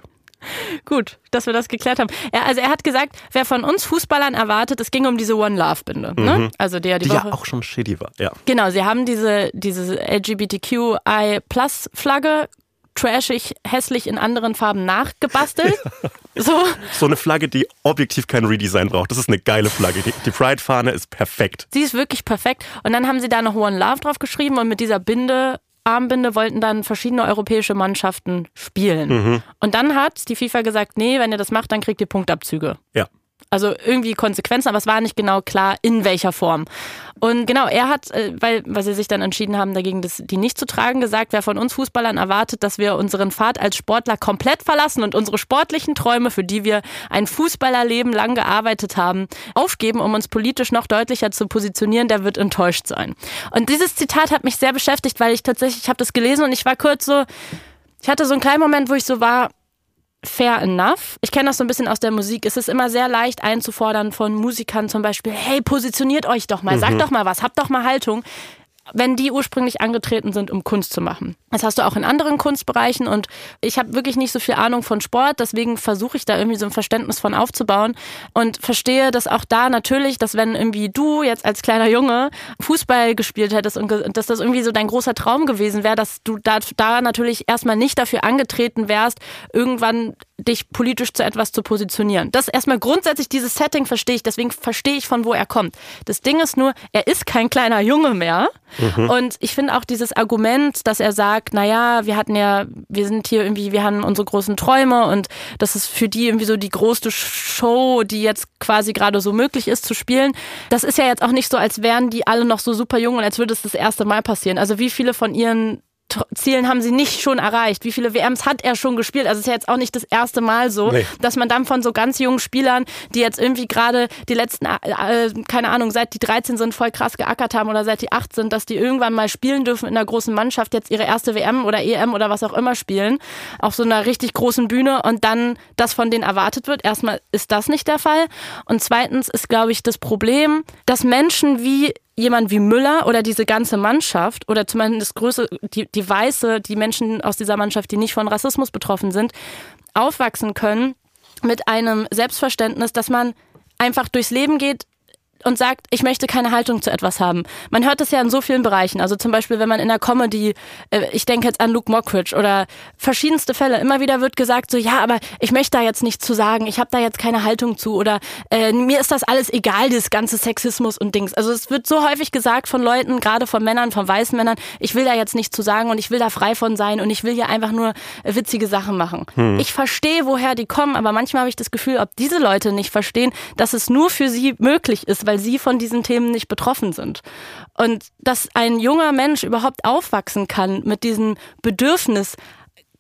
Gut, dass wir das geklärt haben. Er, also er hat gesagt, wer von uns Fußballern erwartet, es ging um diese One Love Binde, mhm. ne? Also der die, die Woche, ja auch schon shitty war. Ja. Genau, sie haben diese diese L G B T Q I Plus Flagge trashig, hässlich in anderen Farben nachgebastelt. So. so eine Flagge, die objektiv kein Redesign braucht. Das ist eine geile Flagge. Die, die Pride-Fahne ist perfekt. Sie ist wirklich perfekt. Und dann haben sie da noch One Love drauf geschrieben und mit dieser Binde Armbinde wollten dann verschiedene europäische Mannschaften spielen. Mhm. Und dann hat die FIFA gesagt, nee, wenn ihr das macht, dann kriegt ihr Punktabzüge. Ja. Also irgendwie Konsequenzen, aber es war nicht genau klar, in welcher Form. Und genau, er hat, weil, weil sie sich dann entschieden haben, dagegen das, die nicht zu tragen, gesagt, wer von uns Fußballern erwartet, dass wir unseren Pfad als Sportler komplett verlassen und unsere sportlichen Träume, für die wir ein Fußballerleben lang gearbeitet haben, aufgeben, um uns politisch noch deutlicher zu positionieren, der wird enttäuscht sein. Und dieses Zitat hat mich sehr beschäftigt, weil ich tatsächlich, ich habe das gelesen und ich war kurz so, ich hatte so einen kleinen Moment, wo ich so war, fair enough. Ich kenne das so ein bisschen aus der Musik. Es ist immer sehr leicht einzufordern von Musikern zum Beispiel, hey, positioniert euch doch mal, mhm. sagt doch mal was, habt doch mal Haltung, wenn die ursprünglich angetreten sind, um Kunst zu machen. Das hast du auch in anderen Kunstbereichen und ich habe wirklich nicht so viel Ahnung von Sport, deswegen versuche ich da irgendwie so ein Verständnis von aufzubauen und verstehe, dass auch da natürlich, dass wenn irgendwie du jetzt als kleiner Junge Fußball gespielt hättest und, ge- und dass das irgendwie so dein großer Traum gewesen wäre, dass du da, da natürlich erstmal nicht dafür angetreten wärst, irgendwann dich politisch zu etwas zu positionieren. Das ist erstmal grundsätzlich, dieses Setting verstehe ich, deswegen verstehe ich, von wo er kommt. Das Ding ist nur, er ist kein kleiner Junge mehr. Mhm. Und ich finde auch dieses Argument, dass er sagt, naja, wir hatten ja, wir sind hier irgendwie, wir haben unsere großen Träume und das ist für die irgendwie so die größte Show, die jetzt quasi gerade so möglich ist zu spielen. Das ist ja jetzt auch nicht so, als wären die alle noch so super jung und als würde es das erste Mal passieren. Also wie viele von ihren Zielen haben sie nicht schon erreicht? Wie viele W Ms hat er schon gespielt? Also es ist ja jetzt auch nicht das erste Mal so, nee. dass man dann von so ganz jungen Spielern, die jetzt irgendwie gerade die letzten, äh, keine Ahnung, seit die dreizehn sind, voll krass geackert haben oder seit die acht sind, dass die irgendwann mal spielen dürfen in einer großen Mannschaft, jetzt ihre erste W M oder E M oder was auch immer spielen, auf so einer richtig großen Bühne und dann das von denen erwartet wird. Erstmal ist das nicht der Fall. Und zweitens ist, glaube ich, das Problem, dass Menschen wie jemand wie Müller oder diese ganze Mannschaft oder zumindest Größe, die, die Weiße, die Menschen aus dieser Mannschaft, die nicht von Rassismus betroffen sind, aufwachsen können mit einem Selbstverständnis, dass man einfach durchs Leben geht und sagt, ich möchte keine Haltung zu etwas haben. Man hört das ja in so vielen Bereichen. Also zum Beispiel, wenn man in der Comedy, äh, ich denke jetzt an Luke Mockridge oder verschiedenste Fälle, immer wieder wird gesagt so, ja, aber ich möchte da jetzt nichts zu sagen, ich habe da jetzt keine Haltung zu oder äh, mir ist das alles egal, dieses ganze Sexismus und Dings. Also es wird so häufig gesagt von Leuten, gerade von Männern, von weißen Männern, ich will da jetzt nichts zu sagen und ich will da frei von sein und ich will hier einfach nur äh, witzige Sachen machen. Hm. Ich verstehe, woher die kommen, aber manchmal habe ich das Gefühl, ob diese Leute nicht verstehen, dass es nur für sie möglich ist, weil sie von diesen Themen nicht betroffen sind. Und dass ein junger Mensch überhaupt aufwachsen kann mit diesem Bedürfnis,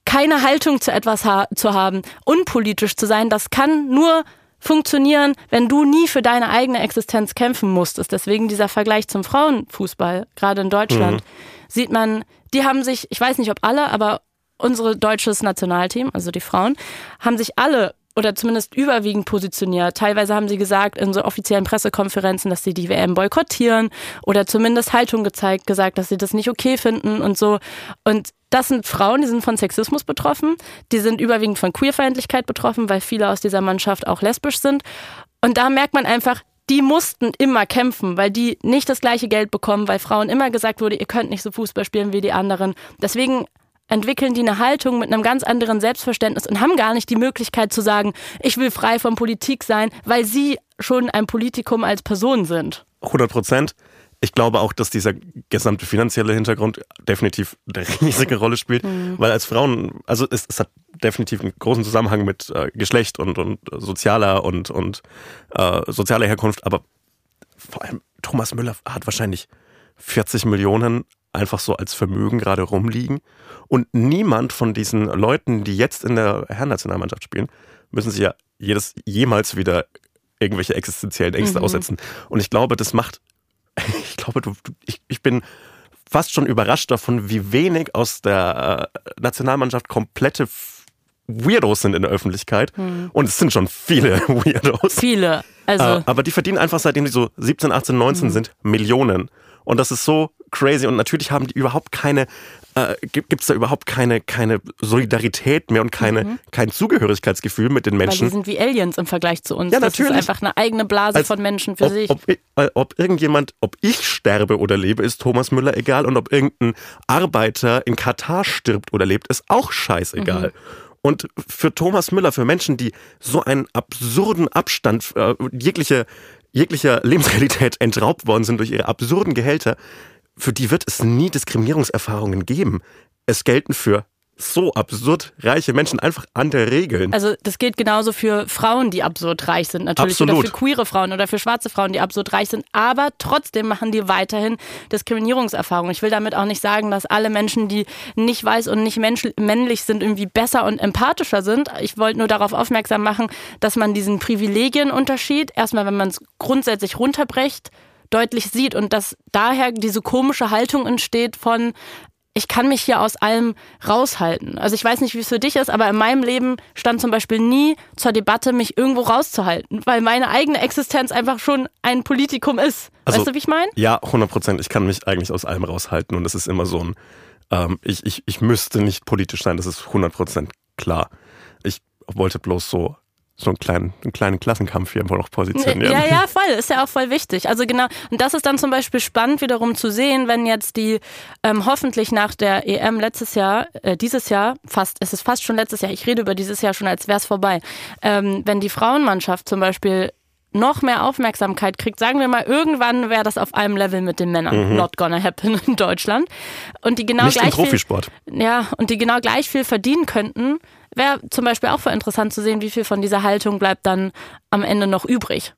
keine Haltung zu etwas ha- zu haben, unpolitisch zu sein, das kann nur funktionieren, wenn du nie für deine eigene Existenz kämpfen musstest. Deswegen dieser Vergleich zum Frauenfußball, gerade in Deutschland, mhm. sieht man, die haben sich, ich weiß nicht ob alle, aber unsere deutsches Nationalteam, also die Frauen, haben sich alle oder zumindest überwiegend positioniert. Teilweise haben sie gesagt in so offiziellen Pressekonferenzen, dass sie die W M boykottieren oder zumindest Haltung gezeigt, gesagt, dass sie das nicht okay finden und so. Und das sind Frauen, die sind von Sexismus betroffen, die sind überwiegend von Queerfeindlichkeit betroffen, weil viele aus dieser Mannschaft auch lesbisch sind. Und da merkt man einfach, die mussten immer kämpfen, weil die nicht das gleiche Geld bekommen, weil Frauen immer gesagt wurde, ihr könnt nicht so Fußball spielen wie die anderen. Deswegen entwickeln die eine Haltung mit einem ganz anderen Selbstverständnis und haben gar nicht die Möglichkeit zu sagen, ich will frei von Politik sein, weil sie schon ein Politikum als Person sind. hundert Prozent. Ich glaube auch, dass dieser gesamte finanzielle Hintergrund definitiv eine riesige Rolle spielt, mhm. weil als Frauen, also es, es hat definitiv einen großen Zusammenhang mit äh, Geschlecht und, und sozialer und, und äh, sozialer Herkunft, aber vor allem Thomas Müller hat wahrscheinlich vierzig Millionen einfach so als Vermögen gerade rumliegen. Und niemand von diesen Leuten, die jetzt in der Herrennationalmannschaft spielen, müssen sich ja jedes, jemals wieder irgendwelche existenziellen Ängste mhm. aussetzen. Und ich glaube, das macht, ich glaube, du, ich, ich bin fast schon überrascht davon, wie wenig aus der äh, Nationalmannschaft komplette Weirdos sind in der Öffentlichkeit. Mhm. Und es sind schon viele Weirdos. Viele. Also. Äh, aber die verdienen einfach, seitdem die so siebzehn, achtzehn, neunzehn mhm. sind, Millionen. Und das ist so crazy. Und natürlich haben die überhaupt keine, äh, gibt es da überhaupt keine, keine Solidarität mehr und keine, mhm. kein Zugehörigkeitsgefühl mit den Menschen. Weil die sind wie Aliens im Vergleich zu uns. Ja, das natürlich. ist einfach eine eigene Blase Als, von Menschen für ob, sich. Ob, ob, ob irgendjemand, ob ich sterbe oder lebe, ist Thomas Müller egal. Und ob irgendein Arbeiter in Katar stirbt oder lebt, ist auch scheißegal. Mhm. Und für Thomas Müller, für Menschen, die so einen absurden Abstand, äh, jegliche, jeglicher Lebensrealität entraubt worden sind durch ihre absurden Gehälter, für die wird es nie Diskriminierungserfahrungen geben. Es gelten für so absurd reiche Menschen einfach andere Regeln. Also das gilt genauso für Frauen, die absurd reich sind natürlich. Absolut. Oder für queere Frauen oder für schwarze Frauen, die absurd reich sind. Aber trotzdem machen die weiterhin Diskriminierungserfahrungen. Ich will damit auch nicht sagen, dass alle Menschen, die nicht weiß und nicht mensch- männlich sind, irgendwie besser und empathischer sind. Ich wollte nur darauf aufmerksam machen, dass man diesen Privilegienunterschied, erstmal wenn man es grundsätzlich runterbrecht, deutlich sieht und dass daher diese komische Haltung entsteht von ich kann mich hier aus allem raushalten. Also ich weiß nicht, wie es für dich ist, aber in meinem Leben stand zum Beispiel nie zur Debatte, mich irgendwo rauszuhalten, weil meine eigene Existenz einfach schon ein Politikum ist. Also, weißt du, wie ich meine? Ja, hundert Prozent. Ich kann mich eigentlich aus allem raushalten und es ist immer so ein, ähm, ich, ich, ich müsste nicht politisch sein, das ist hundert Prozent klar. Ich wollte bloß so so einen kleinen, einen kleinen Klassenkampf hier einfach noch positionieren. Ja, ja, voll. Ist ja auch voll wichtig. Also genau, und das ist dann zum Beispiel spannend wiederum zu sehen, wenn jetzt die ähm, hoffentlich nach der E M letztes Jahr, äh, dieses Jahr, fast, es ist fast schon letztes Jahr, ich rede über dieses Jahr schon, als wäre es vorbei, ähm, wenn die Frauenmannschaft zum Beispiel noch mehr Aufmerksamkeit kriegt, sagen wir mal, irgendwann wäre das auf einem Level mit den Männern. Mhm. Not gonna happen in Deutschland. Und die genau Nicht gleich im Profisport. Viel, ja, und die genau gleich viel verdienen könnten, wäre zum Beispiel auch voll interessant zu sehen, wie viel von dieser Haltung bleibt dann am Ende noch übrig.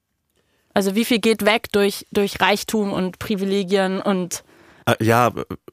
Also wie viel geht weg durch, durch Reichtum und Privilegien und... Äh, ja,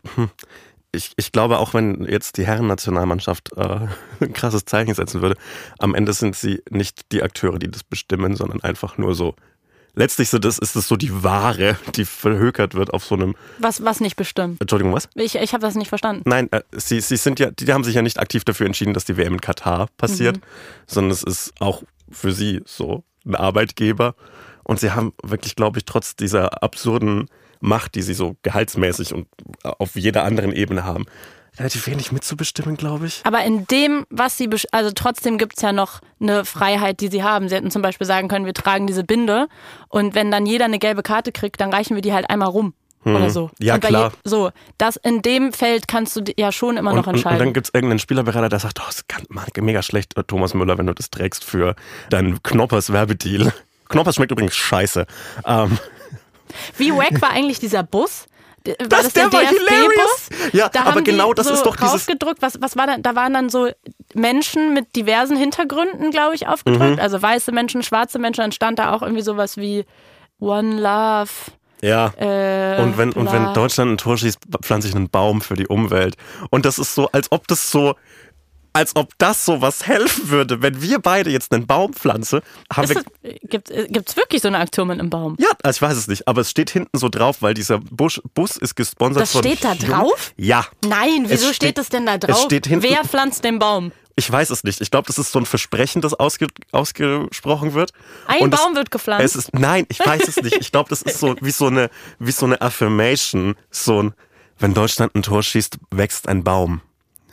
ich, ich glaube auch, wenn jetzt die Herrennationalmannschaft äh, ein krasses Zeichen setzen würde, am Ende sind sie nicht die Akteure, die das bestimmen, sondern einfach nur so. Letztlich sind das, ist es so die Ware, die verhökert wird auf so einem... Was, was nicht bestimmt? Entschuldigung, was? Ich, ich habe das nicht verstanden. Nein, äh, sie, sie sind ja, die haben sich ja nicht aktiv dafür entschieden, dass die W M in Katar passiert, mhm. sondern es ist auch für sie so ein Arbeitgeber. Und sie haben wirklich, glaube ich, trotz dieser absurden Macht, die sie so gehaltsmäßig und auf jeder anderen Ebene haben, relativ wenig mitzubestimmen, glaube ich. Aber in dem, was sie, besch- also trotzdem gibt es ja noch eine Freiheit, die sie haben. Sie hätten zum Beispiel sagen können, wir tragen diese Binde und wenn dann jeder eine gelbe Karte kriegt, dann reichen wir die halt einmal rum. Hm. Oder so. Ja, und klar. Je- so, das in dem Feld kannst du ja schon immer und, noch entscheiden. Und, und dann gibt es irgendeinen Spielerberater, der sagt, oh, das ist mega schlecht, Thomas Müller, wenn du das trägst für deinen Knoppers-Werbedeal. Knoppers schmeckt übrigens scheiße. Ähm. Wie wack war eigentlich dieser Bus? War das, das der, der war D F B-Bus? hilarious! Ja, da aber haben genau die das so ist doch dieses... rausgedrückt. Was, was war da? Da waren dann so Menschen mit diversen Hintergründen, glaube ich, aufgedrückt. Mhm. Also weiße Menschen, schwarze Menschen. Dann stand da auch irgendwie sowas wie One Love. Ja. Äh, und wenn, und wenn Deutschland ein Tor schießt, pflanze ich einen Baum für die Umwelt. Und das ist so, als ob das so, als ob das so was helfen würde. Wenn wir beide jetzt einen Baum pflanzen, haben ist wir... Es, gibt es wirklich so eine Aktion mit einem Baum? Ja, also ich weiß es nicht, aber es steht hinten so drauf, weil dieser Bus, Bus ist gesponsert das von... Das steht da drauf? Ja. Nein, wieso steht, steht das denn da drauf? Es steht hinten, Wer pflanzt den Baum? Ich weiß es nicht. Ich glaube, das ist so ein Versprechen, das ausge, ausgesprochen wird. Ein Und Baum es, wird gepflanzt? Es ist, nein, ich weiß es nicht. Ich glaube, das ist so wie so eine, wie so eine Affirmation. So ein, wenn Deutschland ein Tor schießt, wächst ein Baum.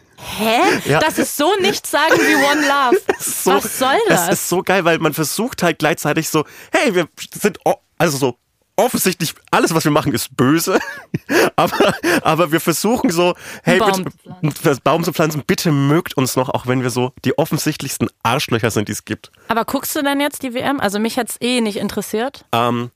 Hä? Ja. Das ist so nichts sagen wie One Love. So, was soll das? Es ist so geil, weil man versucht halt gleichzeitig so, hey, wir sind, also so, offensichtlich, alles, was wir machen, ist böse. aber, aber wir versuchen so, hey, Baum, bitte, Baum zu pflanzen, bitte mögt uns noch, auch wenn wir so die offensichtlichsten Arschlöcher sind, die es gibt. Aber guckst du dann jetzt die W M? Also mich hat's eh nicht interessiert. Ähm,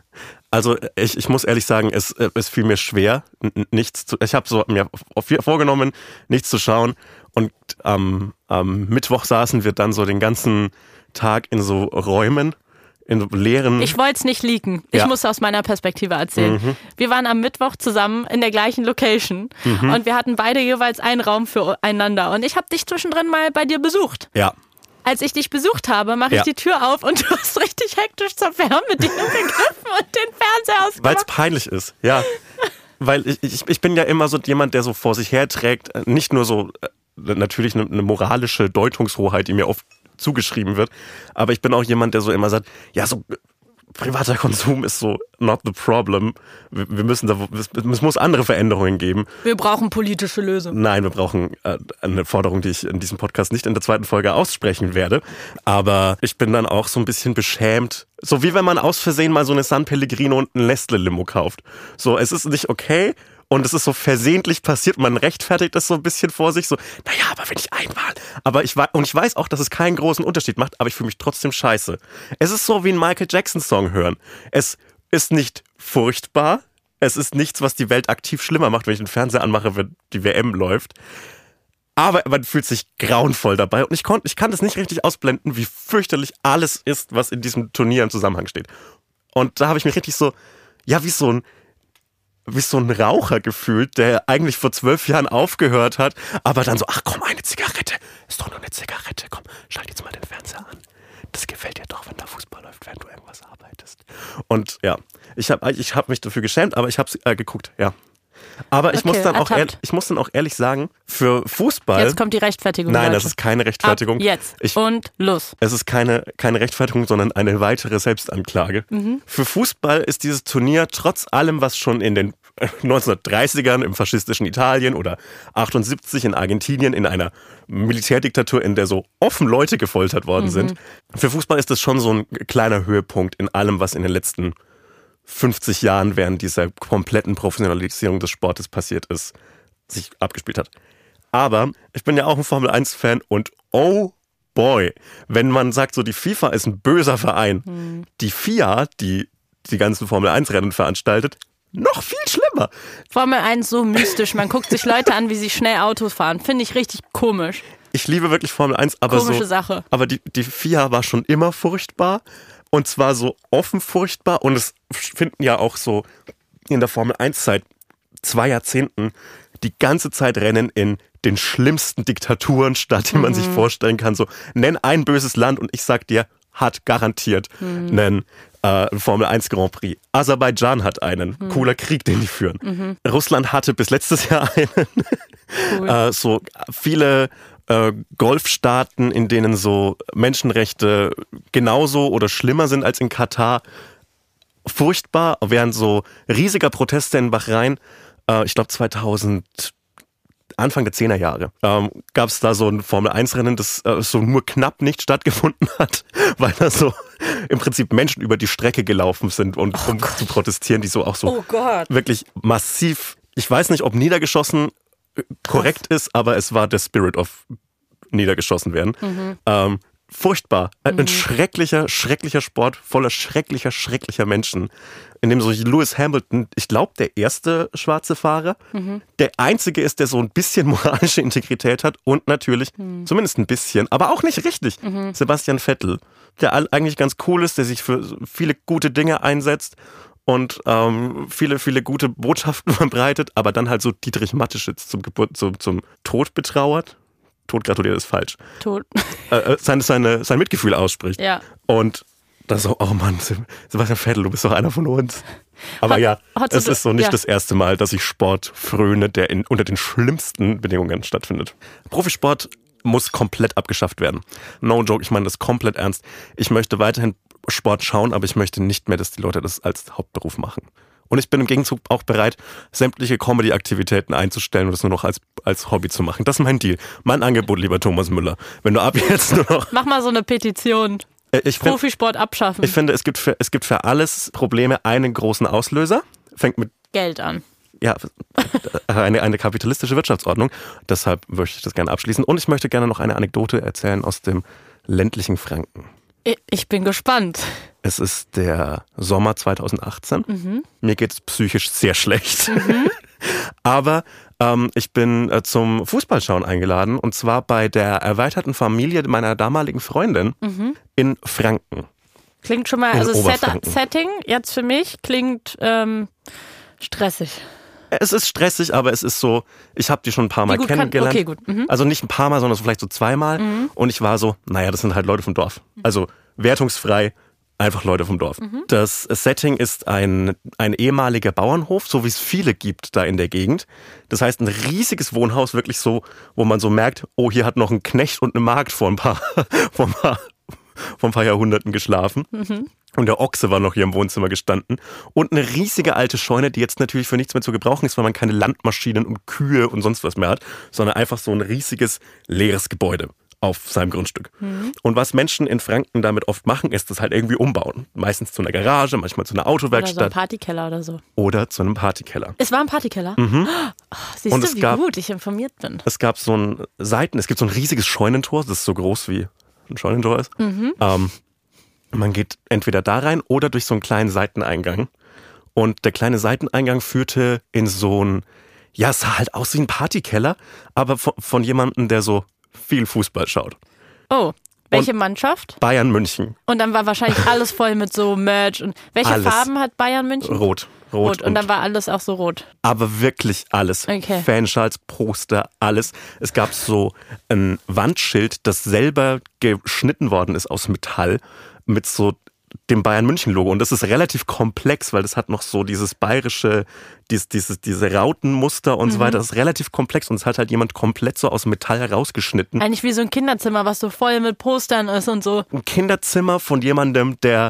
also ich, ich muss ehrlich sagen, es, es fiel mir schwer, nichts zu, ich habe so mir vorgenommen, nichts zu schauen. Und ähm, am Mittwoch saßen wir dann so den ganzen Tag in so Räumen, in leeren... Ich wollte es nicht leaken. Ich ja. muss aus meiner Perspektive erzählen. Mhm. Wir waren am Mittwoch zusammen in der gleichen Location mhm. und wir hatten beide jeweils einen Raum füreinander. Und ich habe dich zwischendrin mal bei dir besucht. Ja. Als ich dich besucht habe, mache ich ja. die Tür auf und du hast richtig hektisch zur Fernbedienung gegriffen und den Fernseher ausgemacht. Weil es peinlich ist, ja. Weil ich, ich, ich bin ja immer so jemand, der so vor sich herträgt, nicht nur so natürlich eine, eine moralische Deutungshoheit, die mir oft zugeschrieben wird. Aber ich bin auch jemand, der so immer sagt, ja, so privater Konsum ist so not the problem. Wir, wir müssen da, es muss andere Veränderungen geben. Wir brauchen politische Lösungen. Nein, wir brauchen äh, eine Forderung, die ich in diesem Podcast nicht in der zweiten Folge aussprechen werde. Aber ich bin dann auch so ein bisschen beschämt. So wie wenn man aus Versehen mal so eine San Pellegrino und ein Nestle-Limo kauft. So, es ist nicht okay. Und es ist so versehentlich passiert, man rechtfertigt das so ein bisschen vor sich, so, naja, aber wenn ich einmal, aber ich weiß, und ich weiß auch, dass es keinen großen Unterschied macht, aber ich fühle mich trotzdem scheiße. Es ist so wie ein Michael Jackson Song hören. Es ist nicht furchtbar, es ist nichts, was die Welt aktiv schlimmer macht, wenn ich den Fernseher anmache, wenn die W M läuft. Aber man fühlt sich grauenvoll dabei und ich, kon, ich kann das nicht richtig ausblenden, wie fürchterlich alles ist, was in diesem Turnier im Zusammenhang steht. Und da habe ich mich richtig so, ja, wie so ein, wie so ein Raucher gefühlt, der eigentlich vor zwölf Jahren aufgehört hat, aber dann so, ach komm, eine Zigarette, ist doch nur eine Zigarette, komm, schalt jetzt mal den Fernseher an. Das gefällt dir doch, wenn da Fußball läuft, während du irgendwas arbeitest. Und ja, ich habe ich hab mich dafür geschämt, aber ich habe äh, geguckt, ja. Aber ich, okay, muss dann auch ehrlich, ich muss dann auch ehrlich sagen, für Fußball... Jetzt kommt die Rechtfertigung. Nein, das ist keine Rechtfertigung. Ab jetzt ich, und los. Es ist keine, keine Rechtfertigung, sondern eine weitere Selbstanklage. Mhm. Für Fußball ist dieses Turnier trotz allem, was schon in den neunzehnhundertdreißigern im faschistischen Italien oder achtundsiebzig in Argentinien in einer Militärdiktatur, in der so offen Leute gefoltert worden mhm. sind. Für Fußball ist das schon so ein kleiner Höhepunkt in allem, was in den letzten fünfzig Jahren während dieser kompletten Professionalisierung des Sportes passiert ist, sich abgespielt hat. Aber ich bin ja auch ein Formel eins Fan und oh boy, wenn man sagt, so die FIFA ist ein böser Verein, hm. die F I A, die die ganzen Formel eins Rennen veranstaltet, noch viel schlimmer. Formel eins so mystisch, man guckt sich Leute an, wie sie schnell Autos fahren, finde ich richtig komisch. Ich liebe wirklich Formel eins, aber Komische so, Sache. aber die, die F I A war schon immer furchtbar. Und zwar so offen furchtbar und es finden ja auch so in der Formel eins seit zwei Jahrzehnten die ganze Zeit Rennen in den schlimmsten Diktaturen statt, die mhm. man sich vorstellen kann. So, nenn ein böses Land und ich sag dir, hat garantiert mhm. einen äh, Formel eins Grand Prix. Aserbaidschan hat einen. Mhm. Cooler Krieg, den die führen. Mhm. Russland hatte bis letztes Jahr einen. Cool. äh, so viele äh, Golfstaaten, in denen so Menschenrechte genauso oder schlimmer sind als in Katar. Furchtbar, während so riesiger Proteste in Bahrain, äh, ich glaube zweitausend, Anfang der zehner Jahre, ähm, gab es da so ein Formel eins Rennen, das äh, so nur knapp nicht stattgefunden hat, weil da so im Prinzip Menschen über die Strecke gelaufen sind, und, oh um Gott. zu protestieren, die so auch so oh wirklich massiv, ich weiß nicht, ob niedergeschossen korrekt ist, aber es war der Spirit of niedergeschossen werden. Mhm. Ähm, furchtbar. Mhm. Ein schrecklicher, schrecklicher Sport voller schrecklicher, schrecklicher Menschen, in dem so Lewis Hamilton, ich glaube, der erste schwarze Fahrer, mhm. der einzige ist, der so ein bisschen moralische Integrität hat und natürlich, mhm. zumindest ein bisschen, aber auch nicht richtig, mhm. Sebastian Vettel, der eigentlich ganz cool ist, der sich für viele gute Dinge einsetzt und ähm, viele, viele gute Botschaften verbreitet, aber dann halt so Dietrich Mateschitz zum, Geburt, zum, zum Tod betrauert. Tod gratuliert ist falsch. Tod. Äh, seine, seine, sein Mitgefühl ausspricht. Ja. Und dann so, oh Mann, Sebastian Vettel, du bist doch einer von uns. Aber Hat, ja, es du, ist so nicht ja. das erste Mal, dass ich Sport fröne, der in, unter den schlimmsten Bedingungen stattfindet. Profisport muss komplett abgeschafft werden. No joke, ich meine das komplett ernst. Ich möchte weiterhin Sport schauen, aber ich möchte nicht mehr, dass die Leute das als Hauptberuf machen. Und ich bin im Gegenzug auch bereit, sämtliche Comedy-Aktivitäten einzustellen und das nur noch als, als Hobby zu machen. Das ist mein Deal. Mein Angebot, lieber Thomas Müller. Wenn du ab jetzt nur noch... Mach mal so eine Petition. Ich find, Profisport abschaffen. Ich finde, es gibt, für, es gibt für alles Probleme einen großen Auslöser. Fängt mit Geld an. Ja, eine, eine kapitalistische Wirtschaftsordnung. Deshalb möchte ich das gerne abschließen. Und ich möchte gerne noch eine Anekdote erzählen aus dem ländlichen Franken. Ich bin gespannt. Es ist der Sommer zweitausendachtzehn. Mhm. Mir geht es psychisch sehr schlecht. Mhm. Aber ähm, ich bin äh, zum Fußballschauen eingeladen. Und zwar bei der erweiterten Familie meiner damaligen Freundin mhm. in Franken. Klingt schon mal, in also Set- Setting jetzt für mich klingt ähm, stressig. Es ist stressig, aber es ist so, ich habe die schon ein paar Mal kennengelernt. Kann, okay, gut. Mhm. Also nicht ein paar Mal, sondern so vielleicht so zweimal. Mhm. Und ich war so, naja, das sind halt Leute vom Dorf. Also wertungsfrei, einfach Leute vom Dorf. Mhm. Das Setting ist ein, ein ehemaliger Bauernhof, so wie es viele gibt da in der Gegend. Das heißt, ein riesiges Wohnhaus, wirklich so, wo man so merkt, oh, hier hat noch ein Knecht und eine Magd vor ein paar, vor ein paar, vor ein paar Jahrhunderten geschlafen. Mhm. Und der Ochse war noch hier im Wohnzimmer gestanden. Und eine riesige alte Scheune, die jetzt natürlich für nichts mehr zu gebrauchen ist, weil man keine Landmaschinen und Kühe und sonst was mehr hat, sondern einfach so ein riesiges, leeres Gebäude auf seinem Grundstück. Mhm. Und was Menschen in Franken damit oft machen, ist das halt irgendwie umbauen. Meistens zu einer Garage, manchmal zu einer Autowerkstatt. Oder so ein Partykeller oder so. Oder zu einem Partykeller. Es war ein Partykeller? Mhm. Oh, siehst und du, es wie gab, gut ich informiert bin. Es gab so ein Seiten, es gibt so ein riesiges Scheunentor, das ist so groß wie ein Scheunentor ist. Mhm. Ähm, Man geht entweder da rein oder durch so einen kleinen Seiteneingang. Und der kleine Seiteneingang führte in so ein, ja, es sah halt aus wie ein Partykeller, aber von, von jemandem, der so viel Fußball schaut. Oh, welche und Mannschaft? Bayern München. Und dann war wahrscheinlich alles voll mit so Merch. Und welche alles. Farben hat Bayern München? Rot. Rot. Rot. Und, und dann war alles auch so rot. Aber wirklich alles. Okay. Fanschals, Poster, alles. Es gab so ein Wandschild, das selber geschnitten worden ist aus Metall, mit so dem Bayern-München-Logo. Und das ist relativ komplex, weil das hat noch so dieses bayerische, dieses, dieses, diese Rautenmuster und mhm. so weiter. Das ist relativ komplex und es hat halt jemand komplett so aus Metall herausgeschnitten. Eigentlich wie so ein Kinderzimmer, was so voll mit Postern ist und so. Ein Kinderzimmer von jemandem, der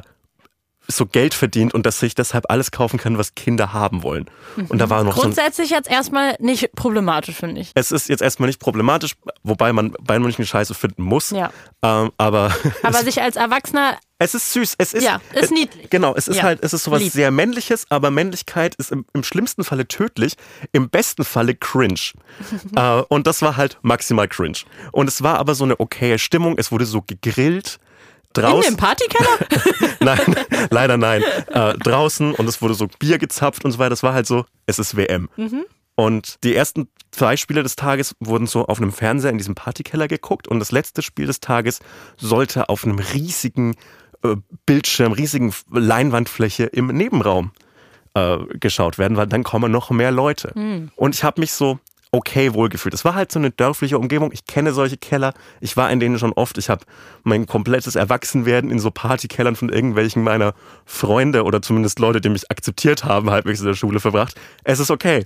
so Geld verdient und dass sich deshalb alles kaufen kann, was Kinder haben wollen. Mhm. Und da war noch Grundsätzlich so ein, jetzt erstmal nicht problematisch, finde ich. Es ist jetzt erstmal nicht problematisch, wobei man Bayern München Scheiße finden muss. Ja. Ähm, aber aber sich als Erwachsener... Es ist süß. Es ist, ja, ist niedlich. Genau, es ist ja. halt, es ist sowas Lieb. sehr Männliches, aber Männlichkeit ist im, im schlimmsten Falle tödlich, im besten Falle cringe. äh, und das war halt maximal cringe. Und es war aber so eine okaye Stimmung, es wurde so gegrillt. Draußen. In dem Partykeller? Nein, leider nein. Äh, draußen und es wurde so Bier gezapft und so weiter. Das war halt so, es ist W M. Mhm. Und die ersten zwei Spiele des Tages wurden so auf einem Fernseher in diesem Partykeller geguckt und das letzte Spiel des Tages sollte auf einem riesigen äh, Bildschirm, riesigen Leinwandfläche im Nebenraum äh, geschaut werden, weil dann kommen noch mehr Leute. Mhm. Und ich habe mich so okay wohlgefühlt. Es war halt so eine dörfliche Umgebung. Ich kenne solche Keller. Ich war in denen schon oft. Ich habe mein komplettes Erwachsenwerden in so Partykellern von irgendwelchen meiner Freunde oder zumindest Leute, die mich akzeptiert haben, halbwegs in der Schule verbracht. Es ist okay.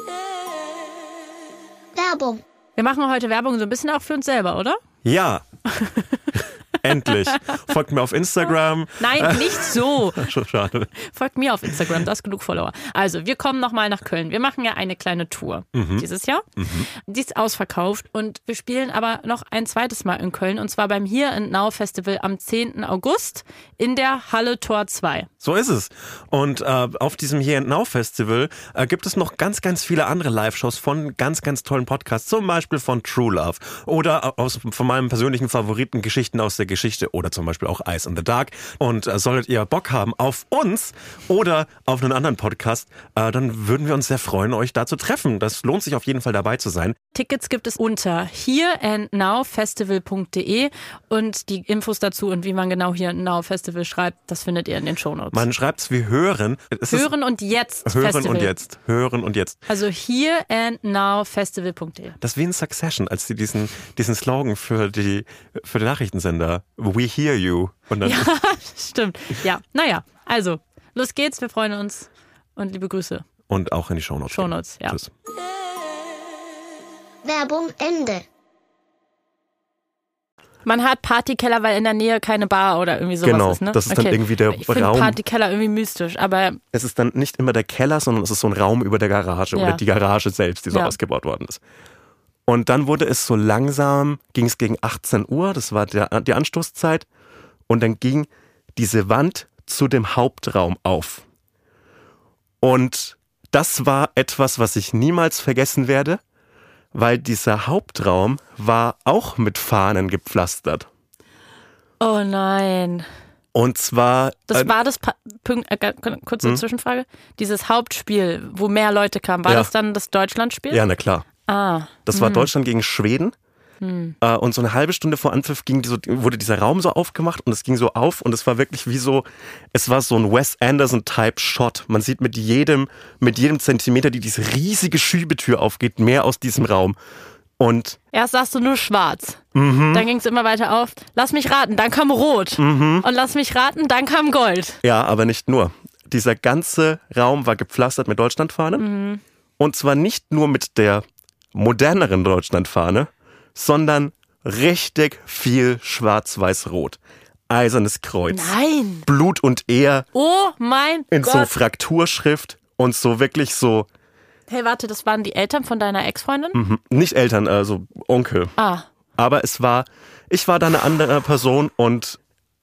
Werbung. Wir machen heute Werbung so ein bisschen auch für uns selber, oder? Ja. Endlich. Folgt mir auf Instagram. Nein, nicht so. Schade. Folgt mir auf Instagram, da ist genug Follower. Also, wir kommen nochmal nach Köln. Wir machen ja eine kleine Tour mhm. dieses Jahr. Mhm. Die ist ausverkauft und wir spielen aber noch ein zweites Mal in Köln und zwar beim Here and Now Festival am zehnten August in der Halle Tor zwei. So ist es. Und äh, auf diesem Here and Now Festival äh, gibt es noch ganz, ganz viele andere Live-Shows von ganz, ganz tollen Podcasts, zum Beispiel von True Love oder aus, von meinem persönlichen Favoriten Geschichten aus der Geschichte oder zum Beispiel auch Eyes in the Dark. Und äh, solltet ihr Bock haben auf uns oder auf einen anderen Podcast, äh, dann würden wir uns sehr freuen, euch da zu treffen. Das lohnt sich auf jeden Fall dabei zu sein. Tickets gibt es unter here and now festival punkt de und die Infos dazu und wie man genau Here and Now Festival schreibt, das findet ihr in den Shownotes. Man schreibt es wie hören. Es hören und jetzt Hören Festival. und jetzt. Hören und jetzt. Also here and now festival punkt de. Das ist wie in Succession, als sie diesen, diesen Slogan für die, für den Nachrichtensender We hear you. Und dann Ja, stimmt. Ja, naja, also, los geht's, wir freuen uns und liebe Grüße. Und auch in die Shownotes. Shownotes, ja. Tschüss. Werbung Ende. Man hat Partykeller, weil in der Nähe keine Bar oder irgendwie sowas Genau, ist, ne? das ist dann irgendwie der ich finde Raum. Partykeller irgendwie mystisch, aber Es ist dann nicht immer der Keller, sondern es ist so ein Raum über der Garage Ja. oder die Garage selbst, die so Ja. ausgebaut worden ist. Und dann wurde es so langsam, ging es gegen achtzehn Uhr, das war der, die Anstoßzeit, und dann ging diese Wand zu dem Hauptraum auf. Und das war etwas, was ich niemals vergessen werde, weil dieser Hauptraum war auch mit Fahnen gepflastert. oh nein. Und zwar... Das äh, war das, pa- Punkt, äh, kurze Hm? Zwischenfrage, dieses Hauptspiel, wo mehr Leute kamen, war Ja. das dann das Deutschlandspiel? Ja, na klar. Ah, Das war Deutschland gegen Schweden. Äh, und so eine halbe Stunde vor Anpfiff ging die so, wurde dieser Raum so aufgemacht und es ging so auf und es war wirklich wie so, es war so ein Wes Anderson-Type-Shot. Man sieht mit jedem, mit jedem Zentimeter, die diese riesige Schiebetür aufgeht, mehr aus diesem Raum. Und erst sagst du nur schwarz, Mhm. dann ging es immer weiter auf, lass mich raten, dann kam rot und lass mich raten, dann kam Gold. ja, aber nicht nur. Dieser ganze Raum war gepflastert mit Deutschlandfahnen. Und zwar nicht nur mit der moderneren Deutschlandfahne, sondern richtig viel schwarz-weiß-rot. Eisernes Kreuz. Nein. Blut und Ehr Oh mein in so Gott. Frakturschrift und so wirklich so, Hey, warte, das waren die Eltern von deiner Ex-Freundin? mhm, nicht Eltern, also Onkel. Ah, Aber es war, ich war da eine andere Person und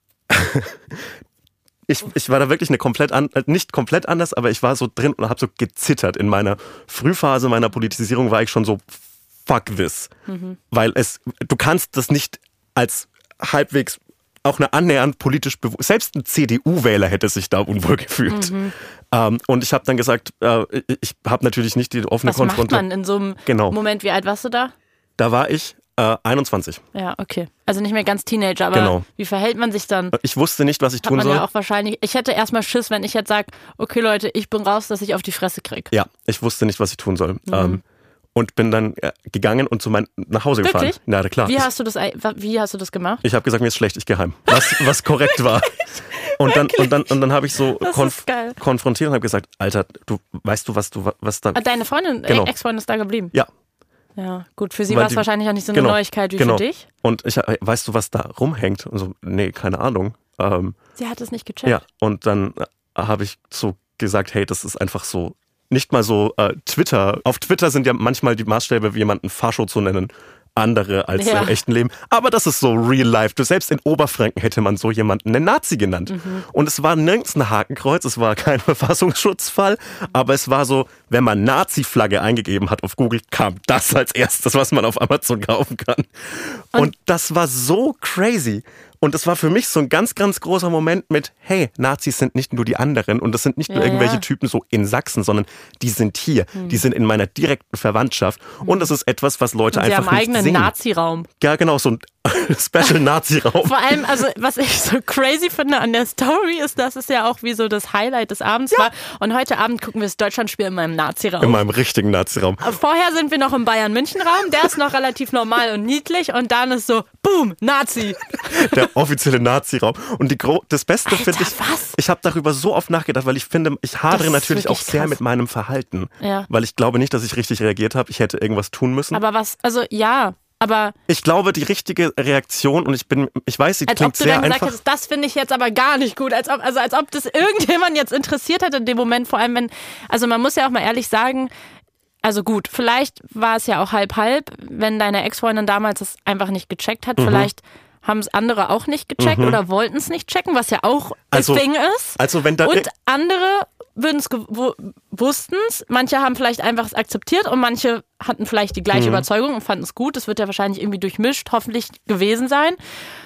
ich, ich war da wirklich eine komplett an, nicht komplett anders, aber ich war so drin und habe so gezittert. In meiner Frühphase meiner Politisierung war ich schon so, fuck this. Weil es, du kannst das nicht als halbwegs auch eine annähernd politisch bewusst, selbst ein C D U-Wähler hätte sich da unwohl gefühlt. Ähm, und ich habe dann gesagt, äh, ich habe natürlich nicht die offene was macht Konfrontation. man in so einem Genau. Moment? Wie alt warst du da? Da war ich äh, einundzwanzig. Ja, okay. Also nicht mehr ganz Teenager, aber Genau. wie verhält man sich dann? Ich wusste nicht, was ich Hat tun man soll. ja auch wahrscheinlich, ich hätte erstmal Schiss, wenn ich jetzt sage, okay Leute, ich bin raus, dass ich auf die Fresse krieg. Ja, ich wusste nicht, was ich tun soll. Mhm. Ähm, und bin dann äh, gegangen und zu mein, nach Hause Wirklich? gefahren. Ja, klar. Wie Ich, hast du das, wie hast du das gemacht? ich habe gesagt, mir ist schlecht, ich gehe heim. Was, was korrekt war. Und dann, und dann, und dann habe ich so Das konf ist geil. konfrontiert und habe gesagt, Alter, du weißt du, was du was da. Ah, deine Freundin, Genau. äh, Ex-Freundin ist da geblieben? Ja, Ja, gut, für sie Weil war es die- wahrscheinlich auch nicht so eine genau, Neuigkeit wie genau. für dich. Und ich, äh, weißt du, was da rumhängt? Und so, nee, keine Ahnung. Ähm, Sie hat es nicht gecheckt. ja, und dann äh, habe ich so gesagt, hey, das ist einfach so, nicht mal so äh, Twitter. Auf Twitter sind ja manchmal die Maßstäbe, wie jemanden Fascho zu nennen, andere als Ja. im echten Leben. Aber das ist so real life. Du, selbst in Oberfranken hätte man so jemanden einen Nazi genannt. Mhm. Und es war nirgends ein Hakenkreuz, es war kein Verfassungsschutzfall, aber es war so, wenn man Nazi-Flagge eingegeben hat auf Google, kam das als erstes, was man auf Amazon kaufen kann. Und, Und das war so crazy. Und das war für mich so ein ganz, ganz großer Moment mit, hey, Nazis sind nicht nur die anderen und das sind nicht nur Ja, irgendwelche ja. Typen so in Sachsen, sondern die sind hier, die sind in meiner direkten Verwandtschaft und das ist etwas, was Leute Und sie einfach haben nicht eigenen sehen. Nazi-Raum. Ja, genau, so ein Special Nazi-Raum. Vor allem, also was ich so crazy finde an der Story ist, dass es ja auch wie so das Highlight des Abends war. Und heute Abend gucken wir das Deutschlandspiel in meinem Nazi-Raum. In meinem richtigen Nazi-Raum. Vorher sind wir noch im Bayern-München-Raum, der ist noch relativ normal und niedlich und dann ist so, boom, Nazi. Der offizielle Nazi-Raum. Und die Gro das Beste Alter, finde ich, was? ich habe darüber so oft nachgedacht, weil ich finde, ich hadere Das ist natürlich auch wirklich sehr krass. mit meinem Verhalten. Ja. Weil ich glaube nicht, dass ich richtig reagiert habe. Ich hätte irgendwas tun müssen. Aber was, also ja, aber ich glaube, die richtige Reaktion, und ich bin, ich weiß, sie als ob klingt du sehr dann gesagt einfach. hättest, das finde ich jetzt aber gar nicht gut. Als ob, also als ob das irgendjemand jetzt interessiert hätte in dem Moment, vor allem wenn, also man muss ja auch mal ehrlich sagen, also gut, vielleicht war es ja auch halb-halb, wenn deine Ex-Freundin damals das einfach nicht gecheckt hat, Mhm. vielleicht haben es andere auch nicht gecheckt oder wollten es nicht checken, was ja auch Also- das Ding ist. Also wenn da Und andere würden es wussten es, manche haben vielleicht einfach es akzeptiert und manche hatten vielleicht die gleiche Mhm. Überzeugung und fanden es gut. Das wird ja wahrscheinlich irgendwie durchmischt, hoffentlich gewesen sein.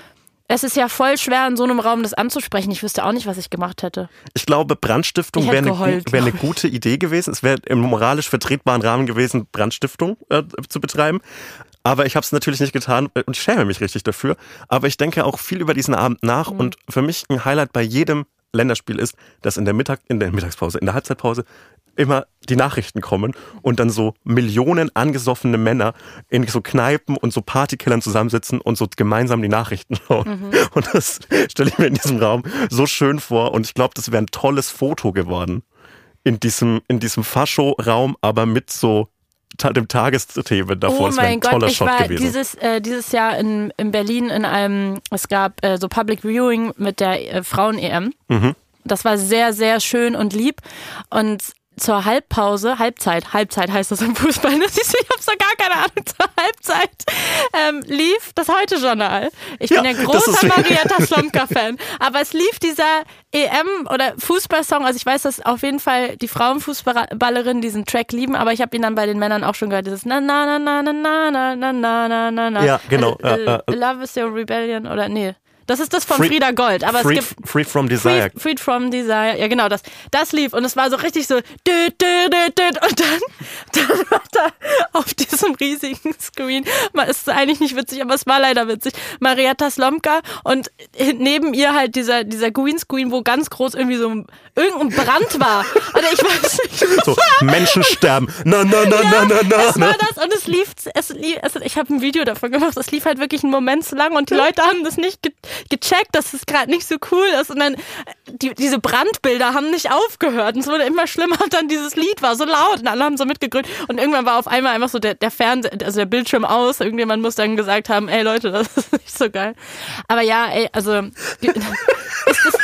Es ist ja voll schwer, in so einem Raum das anzusprechen. Ich wüsste auch nicht, was ich gemacht hätte. Ich glaube, Brandstiftung wäre eine, wär eine gute Idee gewesen. Es wäre im moralisch vertretbaren Rahmen gewesen, Brandstiftung äh, zu betreiben. Aber ich habe es natürlich nicht getan und ich schäme mich richtig dafür. Aber ich denke auch viel über diesen Abend nach. Mhm. Und für mich ein Highlight bei jedem Länderspiel ist, dass in der, Mittag, in der Mittagspause, in der Halbzeitpause immer die Nachrichten kommen und dann so Millionen angesoffene Männer in so Kneipen und so Partykellern zusammensitzen und so gemeinsam die Nachrichten schauen. Mhm. Und das stelle ich mir in diesem Raum so schön vor und ich glaube, das wäre ein tolles Foto geworden in diesem, in diesem Fascho-Raum, aber mit so dem Tagesthemen davor. Oh das mein Gott, ich Shot war gewesen. Dieses, äh, dieses Jahr in, in Berlin in einem, es gab äh, so Public Viewing mit der äh, Frauen-E M. Mhm. Das war sehr, sehr schön und lieb und zur Halbpause, Halbzeit, Halbzeit heißt das im Fußball, ich habe so gar keine Ahnung, zur Halbzeit ähm, lief das Heute-Journal. Ich bin ja, ja großer Marietta Slomka-Fan, aber es lief dieser E M- oder Fußballsong, also ich weiß, dass auf jeden Fall die Frauenfußballerinnen diesen Track lieben, aber ich habe ihn dann bei den Männern auch schon gehört, dieses na na na na na na na na na na na. Ja, genau. Also, äh, äh, Love is your rebellion oder nee. Das ist das von free, Frieda Gold. Aber free, es gibt Free from Desire. Free, Freed from Desire. Ja, genau, das. Das lief und es war so richtig so. Dü, dü, dü, dü, und dann, dann war da auf diesem riesigen Screen, es ist eigentlich nicht witzig, aber es war leider witzig, Marietta Slomka und neben ihr halt dieser, dieser Greenscreen, wo ganz groß irgendwie so irgendein Brand war. Oder ich weiß nicht. So, Menschen sterben. Na, na, na, ja, na, na, na. Es war das und es lief, es lief es, ich habe ein Video davon gemacht, es lief halt wirklich einen Moment so lang und die Leute haben das nicht ge- gecheckt, dass es gerade nicht so cool ist und dann die, diese Brandbilder haben nicht aufgehört und es wurde immer schlimmer und dann dieses Lied war so laut und alle haben so mitgegrölt und irgendwann war auf einmal einfach so der, der Fernseher, also der Bildschirm aus, irgendjemand muss dann gesagt haben, ey Leute, das ist nicht so geil. Aber ja, ey, also ist das,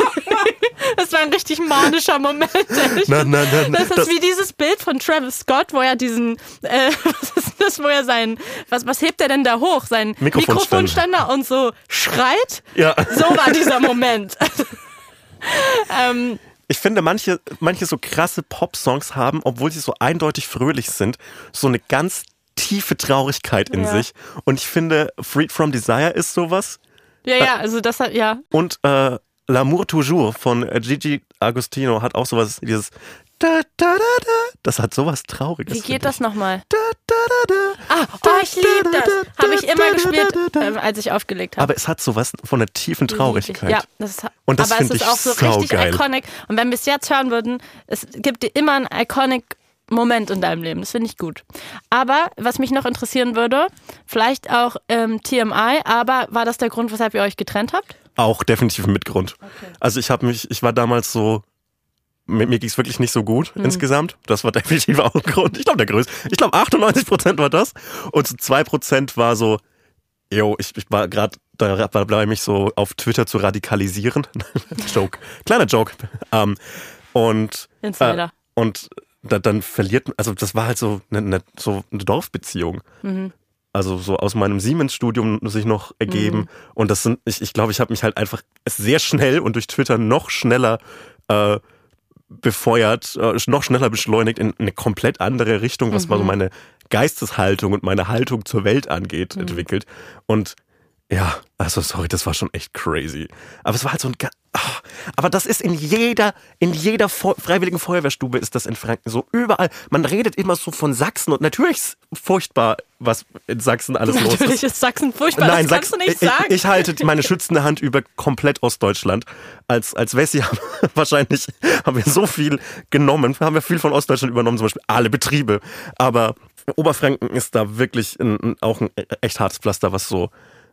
das war ein richtig manischer Moment. Na, na, na, das ist das wie dieses Bild von Travis Scott, wo er diesen, äh, was ist das, wo er sein, was, was hebt er denn da hoch? Sein Mikrofonständer, Mikrofonständer und so schreit? Ja. So war dieser Moment. ähm, Ich finde, manche, manche so krasse Pop-Songs haben, obwohl sie so eindeutig fröhlich sind, so eine ganz tiefe Traurigkeit in ja. sich. Und ich finde, Freed from Desire ist sowas. Ja, ja, also das hat, ja. Und äh, L'amour toujours von Gigi Agostino hat auch sowas, dieses da, da, da, da. Das hat sowas Trauriges. Wie geht das ich. nochmal? Da, da, da, da. Ah, oh, ich liebe das. Habe ich immer gespielt, ähm, als ich aufgelegt habe. Aber es hat sowas von einer tiefen Traurigkeit. Ja, das ist, und das aber es ist ich auch so richtig geil. iconic. Und wenn wir es jetzt hören würden, es gibt dir immer einen iconic Moment in deinem Leben. Das finde ich gut. Aber was mich noch interessieren würde, vielleicht auch ähm, T M I, aber war das der Grund, weshalb ihr euch getrennt habt? Auch definitiv ein Mitgrund. Okay. Also ich habe mich, ich war damals so, mir, mir ging es wirklich nicht so gut mhm. insgesamt. Das war definitiv auch ein Grund. Ich glaube der größte. Ich glaube achtundneunzig Prozent war das. Und so zwei Prozent war so, yo, ich, ich war gerade dabei, mich so auf Twitter zu radikalisieren. Joke. Kleiner Joke. Um, und Insider. Äh, und da, dann verliert, also das war halt so eine, eine, so eine Dorfbeziehung. Mhm. Also so aus meinem Siemens-Studium sich noch ergeben. Mhm. Und das sind, ich, ich glaube, ich habe mich halt einfach sehr schnell und durch Twitter noch schneller äh, befeuert, äh, noch schneller beschleunigt in eine komplett andere Richtung, was mhm. mal so meine Geisteshaltung und meine Haltung zur Welt angeht, mhm. entwickelt. Und ja, also sorry, das war schon echt crazy. Aber es war halt so ein... Ach, aber das ist in jeder, in jeder freiwilligen Feuerwehrstube ist das in Franken so. Überall. Man redet immer so von Sachsen und natürlich ist furchtbar, was in Sachsen alles natürlich los ist. Natürlich ist Sachsen furchtbar, Nein, das kannst Sachsen, du nicht ich, sagen. Ich, ich halte meine schützende Hand über komplett Ostdeutschland. Als, als Wessi haben wir wahrscheinlich, haben wir so viel genommen, haben wir viel von Ostdeutschland übernommen, zum Beispiel alle Betriebe. Aber Oberfranken ist da wirklich ein, auch ein echt hartes Pflaster, was so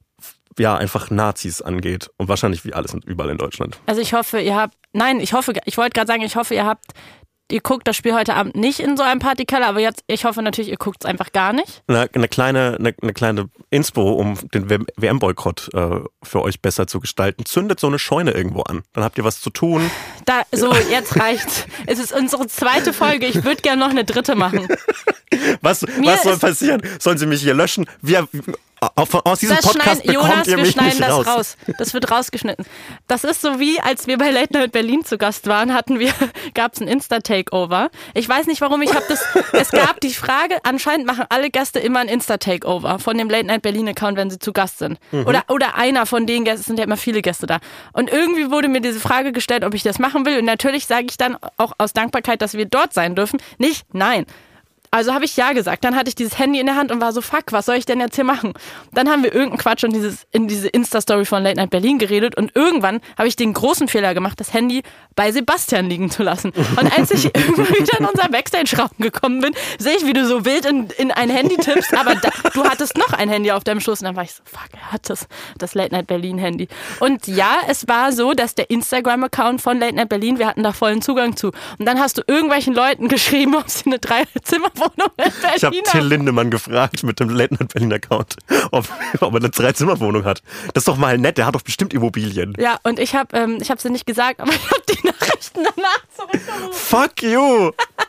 ja, einfach Nazis angeht. Und wahrscheinlich wie alles und überall in Deutschland. Also ich hoffe, ihr habt, nein, ich hoffe, ich wollte gerade sagen, ich hoffe, ihr habt, ihr guckt das Spiel heute Abend nicht in so einem Partykeller, aber jetzt, ich hoffe natürlich, ihr guckt es einfach gar nicht. Eine, eine, kleine, eine, eine kleine Inspo, um den W M-Boykott äh, für euch besser zu gestalten. Zündet so eine Scheune irgendwo an. Dann habt ihr was zu tun. Da, so, jetzt reicht's. Es ist unsere zweite Folge. Ich würde gerne noch eine dritte machen. Was, was soll passieren? Sollen sie mich hier löschen? Wir... Auf, aus diesem das Podcast schneiden, bekommt Jonas, ihr wir mich schneiden nicht das raus. raus. Das wird rausgeschnitten. Das ist so wie, als wir bei Late Night Berlin zu Gast waren, hatten wir, gab es ein Insta-Takeover. Ich weiß nicht, warum, ich habe das, es gab die Frage, anscheinend machen alle Gäste immer ein Insta-Takeover von dem Late Night Berlin-Account, wenn sie zu Gast sind. Mhm. Oder, oder einer von den Gästen, es sind ja immer viele Gäste da. Und irgendwie wurde mir diese Frage gestellt, ob ich das machen will. Und natürlich sage ich dann auch aus Dankbarkeit, dass wir dort sein dürfen, nicht nein. Also habe ich ja gesagt. Dann hatte ich dieses Handy in der Hand und war so, fuck, was soll ich denn jetzt hier machen? Dann haben wir irgendeinen Quatsch in, dieses, in diese Insta-Story von Late Night Berlin geredet und irgendwann habe ich den großen Fehler gemacht, das Handy bei Sebastian liegen zu lassen. Und als ich irgendwann wieder in unser Backstage-Raum gekommen bin, sehe ich, wie du so wild in, in ein Handy tippst, aber da, du hattest noch ein Handy auf deinem Schoß und dann war ich so, fuck, er hat das, das Late Night Berlin-Handy. Und ja, es war so, dass der Instagram-Account von Late Night Berlin, wir hatten da vollen Zugang zu. Und dann hast du irgendwelchen Leuten geschrieben, ob sie eine Drei-Zimmer-Wohnung Ich habe Till Lindemann gefragt mit dem Late Night Berlin Account, ob, ob er eine Dreizimmerwohnung hat. Das ist doch mal nett, der hat doch bestimmt Immobilien. Ja, und ich habe ähm, ich habe sie nicht gesagt, aber ich habe die Nachrichten danach zurückgerufen. Fuck you!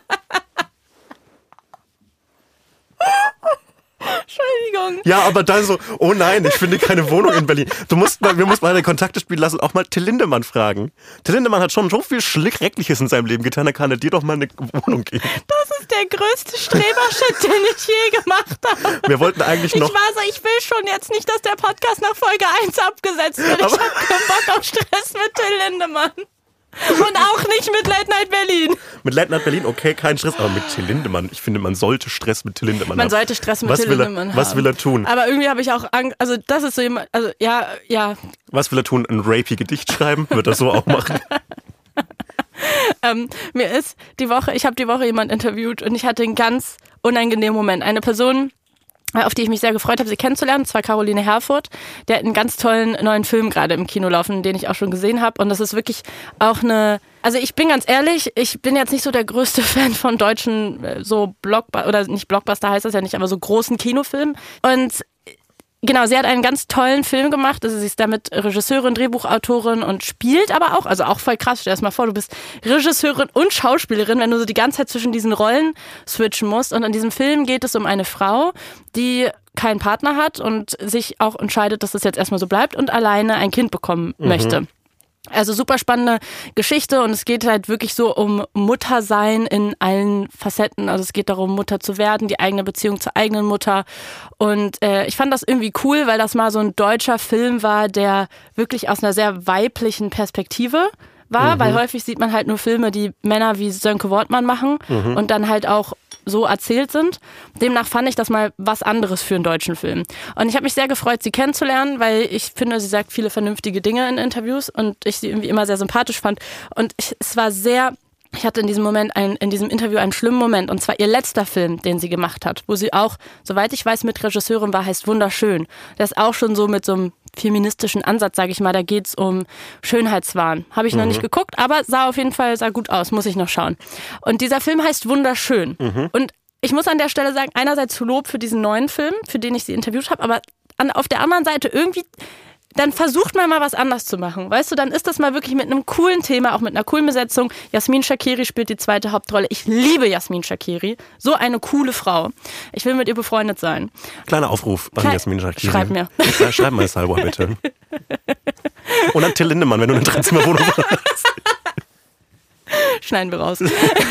Entschuldigung. Ja, aber dann so, oh nein, ich finde keine Wohnung in Berlin. Du musst mal, wir mussten mal eine Kontakte spielen lassen und auch mal Till Lindemann fragen. Till Lindemann hat schon so viel Schreckliches in seinem Leben getan, da kann er dir doch mal eine Wohnung geben. Das ist der größte Strebershit, den ich je gemacht habe. Wir wollten eigentlich noch... Ich war so, ich will schon jetzt nicht, dass der Podcast nach Folge eins abgesetzt wird. Ich habe keinen Bock auf Stress mit Till Lindemann. Und auch nicht mit Late Night Berlin. Mit Late Night Berlin, okay, kein Stress, aber mit Till Lindemann. Ich finde, man sollte Stress mit Till Lindemann man haben. Man sollte Stress mit was Till Lindemann haben. Was will er tun? Aber irgendwie habe ich auch Angst, also das ist so jemand, also ja, ja. Was will er tun? Ein rapey Gedicht schreiben? Wird er so auch machen? ähm, mir ist die Woche, ich habe die Woche jemand interviewt und ich hatte einen ganz unangenehmen Moment. Eine Person, auf die ich mich sehr gefreut habe, sie kennenzulernen, und zwar Caroline Herfurth. Der hat einen ganz tollen neuen Film gerade im Kino laufen, den ich auch schon gesehen habe. Und das ist wirklich auch eine... Also ich bin ganz ehrlich, ich bin jetzt nicht so der größte Fan von deutschen so Blockbuster, oder nicht Blockbuster heißt das ja nicht, aber so großen Kinofilmen. Und genau, sie hat einen ganz tollen Film gemacht. Also sie ist damit Regisseurin, Drehbuchautorin und spielt aber auch, also auch voll krass. Stell dir das mal vor, du bist Regisseurin und Schauspielerin, wenn du so die ganze Zeit zwischen diesen Rollen switchen musst. Und in diesem Film geht es um eine Frau, die keinen Partner hat und sich auch entscheidet, dass das jetzt erstmal so bleibt und alleine ein Kind bekommen mhm. möchte. Also super spannende Geschichte und es geht halt wirklich so um Muttersein in allen Facetten. Also es geht darum, Mutter zu werden, die eigene Beziehung zur eigenen Mutter. Und äh, ich fand das irgendwie cool, weil das mal so ein deutscher Film war, der wirklich aus einer sehr weiblichen Perspektive war, mhm. weil häufig sieht man halt nur Filme, die Männer wie Sönke Wortmann machen mhm. und dann halt auch so erzählt sind. Demnach fand ich das mal was anderes für einen deutschen Film. Und ich habe mich sehr gefreut, sie kennenzulernen, weil ich finde, sie sagt viele vernünftige Dinge in Interviews und ich sie irgendwie immer sehr sympathisch fand. Und ich, es war sehr... Ich hatte in diesem Moment, ein, in diesem Interview einen schlimmen Moment, und zwar ihr letzter Film, den sie gemacht hat, wo sie auch, soweit ich weiß, Mitregisseurin war, heißt Wunderschön. Das ist auch schon so mit so einem feministischen Ansatz, sage ich mal, da geht's um Schönheitswahn. Habe ich mhm. noch nicht geguckt, aber sah auf jeden Fall, sah gut aus, muss ich noch schauen. Und dieser Film heißt Wunderschön. Mhm. Und ich muss an der Stelle sagen, einerseits Lob für diesen neuen Film, für den ich sie interviewt habe, aber an, auf der anderen Seite irgendwie... Dann versucht man mal was anders zu machen. Weißt du, dann ist das mal wirklich mit einem coolen Thema, auch mit einer coolen Besetzung. Jasmin Shakiri spielt die zweite Hauptrolle. Ich liebe Jasmin Shakiri. So eine coole Frau. Ich will mit ihr befreundet sein. Kleiner Aufruf an Kle- Jasmin Shakiri. Schreib mir. Ja, schreib mal Salwa, bitte. Und an Till Lindemann, wenn du eine Dreizimmerwohnung hast. Schneiden wir raus.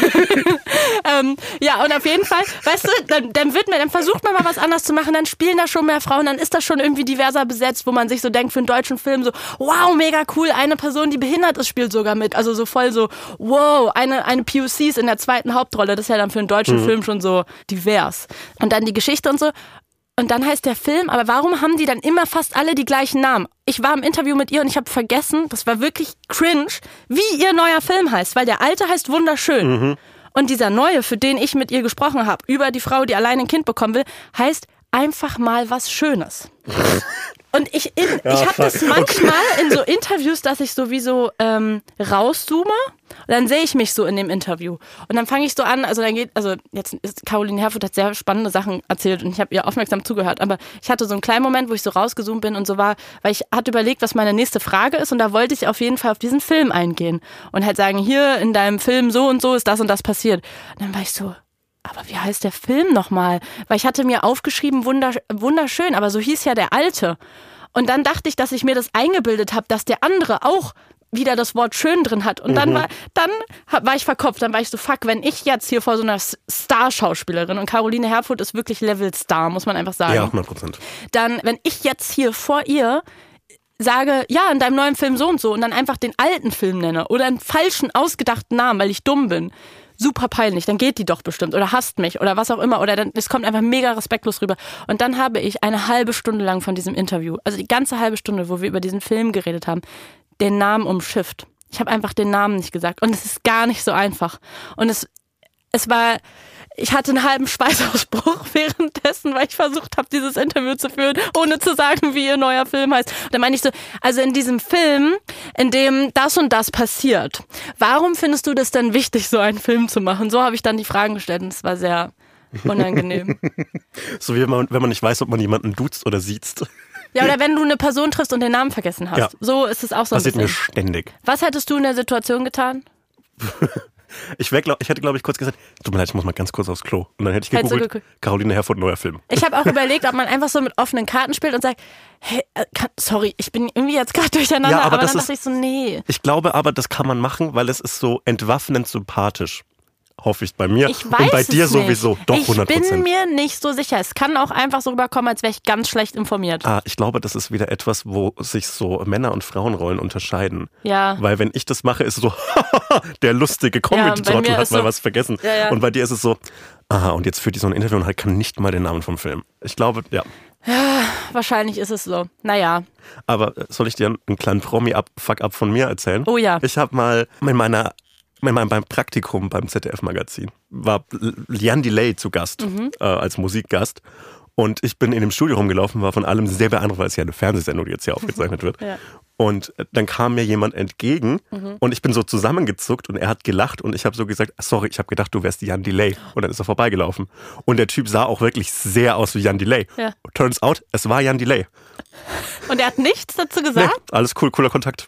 ähm, ja, und auf jeden Fall, weißt du, dann, dann, wird man, dann versucht man mal was anderes zu machen, dann spielen da schon mehr Frauen, dann ist das schon irgendwie diverser besetzt, wo man sich so denkt, für einen deutschen Film so, wow, mega cool, eine Person, die behindert ist, spielt sogar mit. Also so voll so, wow, eine, eine P O C ist in der zweiten Hauptrolle, das ist ja dann für einen deutschen mhm. Film schon so divers. Und dann die Geschichte und so. Und dann heißt der Film, aber warum haben die dann immer fast alle die gleichen Namen? Ich war im Interview mit ihr und ich habe vergessen, das war wirklich cringe, wie ihr neuer Film heißt, weil der alte heißt Wunderschön. Mhm. Und dieser neue, für den ich mit ihr gesprochen habe, über die Frau, die alleine ein Kind bekommen will, heißt einfach mal was Schönes. Und ich, in, ja, ich habe das manchmal okay. in so Interviews, dass ich sowieso ähm, rauszoome und dann sehe ich mich so in dem Interview. Und dann fange ich so an, also dann geht, also jetzt ist Caroline Herfurth hat sehr spannende Sachen erzählt und ich habe ihr aufmerksam zugehört, aber ich hatte so einen kleinen Moment, wo ich so rausgezoomt bin und so war, weil ich hatte überlegt, was meine nächste Frage ist und da wollte ich auf jeden Fall auf diesen Film eingehen und halt sagen, hier in deinem Film so und so ist das und das passiert. Und dann war ich so, aber wie heißt der Film nochmal? Weil ich hatte mir aufgeschrieben, wundersch- wunderschön, aber so hieß ja der alte. Und dann dachte ich, dass ich mir das eingebildet habe, dass der andere auch wieder das Wort schön drin hat. Und mhm. dann war dann war ich verkopft. Dann war ich so, fuck, wenn ich jetzt hier vor so einer Star-Schauspielerin, und Caroline Herfurth ist wirklich Level-Star, muss man einfach sagen. Ja, hundert Prozent. Dann, wenn ich jetzt hier vor ihr sage, ja, in deinem neuen Film so und so, und dann einfach den alten Film nenne oder einen falschen, ausgedachten Namen, weil ich dumm bin, super peinlich, dann geht die doch bestimmt oder hasst mich oder was auch immer oder dann, es kommt einfach mega respektlos rüber. Und dann habe ich eine halbe Stunde lang von diesem Interview, also die ganze halbe Stunde, wo wir über diesen Film geredet haben, den Namen umschifft. Ich habe einfach den Namen nicht gesagt und es ist gar nicht so einfach. Und es, es war... Ich hatte einen halben Schweißausbruch währenddessen, weil ich versucht habe, dieses Interview zu führen, ohne zu sagen, wie ihr neuer Film heißt. Und dann meine ich so, also in diesem Film, in dem das und das passiert, warum findest du das denn wichtig, so einen Film zu machen? So habe ich dann die Fragen gestellt und es war sehr unangenehm. So wie wenn man, wenn man nicht weiß, ob man jemanden duzt oder siezt. Ja, oder wenn du eine Person triffst und den Namen vergessen hast. Ja. So ist es auch so ein Passiert bisschen. mir ständig. Was hättest du in der Situation getan? Ich, wär, glaub, ich hätte, glaube ich, kurz gesagt, tut mir leid, ich muss mal ganz kurz aufs Klo. Und dann hätte ich gegoogelt, ge- Caroline Herfurth, neuer Film. Ich habe auch überlegt, ob man einfach so mit offenen Karten spielt und sagt, hey, kann, sorry, ich bin irgendwie jetzt gerade durcheinander, ja, aber, aber das dann ist, dachte ich so, nee. Ich glaube aber, das kann man machen, weil es ist so entwaffnend sympathisch. Hoffe ich bei mir. Ich weiß und bei dir es sowieso. Nicht. Doch, hundert Prozent. Ich bin mir nicht so sicher. Es kann auch einfach so rüberkommen, als wäre ich ganz schlecht informiert. Ah, ich glaube, das ist wieder etwas, wo sich so Männer- und Frauenrollen unterscheiden. Ja. Weil wenn ich das mache, ist es so, der lustige Comedy-Trottel ja, hat mal so, was vergessen. Ja, ja. Und bei dir ist es so, aha, und jetzt führt die so ein Interview und halt kann nicht mal den Namen vom Film. Ich glaube, ja. Ja, wahrscheinlich ist es so. Naja. Aber soll ich dir einen kleinen Promi-Fuck-up von mir erzählen? Oh ja. Ich habe mal in meiner beim Praktikum beim Z D F-Magazin war Jan Delay zu Gast, mhm. äh, als Musikgast. Und ich bin in dem Studio rumgelaufen, war von allem sehr beeindruckt, weil es ja eine Fernsehsendung, die jetzt hier aufgezeichnet wird. Ja. Und dann kam mir jemand entgegen mhm. und ich bin so zusammengezuckt und er hat gelacht und ich habe so gesagt, sorry, ich habe gedacht, du wärst Jan Delay. Und dann ist er vorbeigelaufen. Und der Typ sah auch wirklich sehr aus wie Jan Delay. Ja. Turns out, es war Jan Delay. Und er hat nichts dazu gesagt? Nee, alles cool, cooler Kontakt.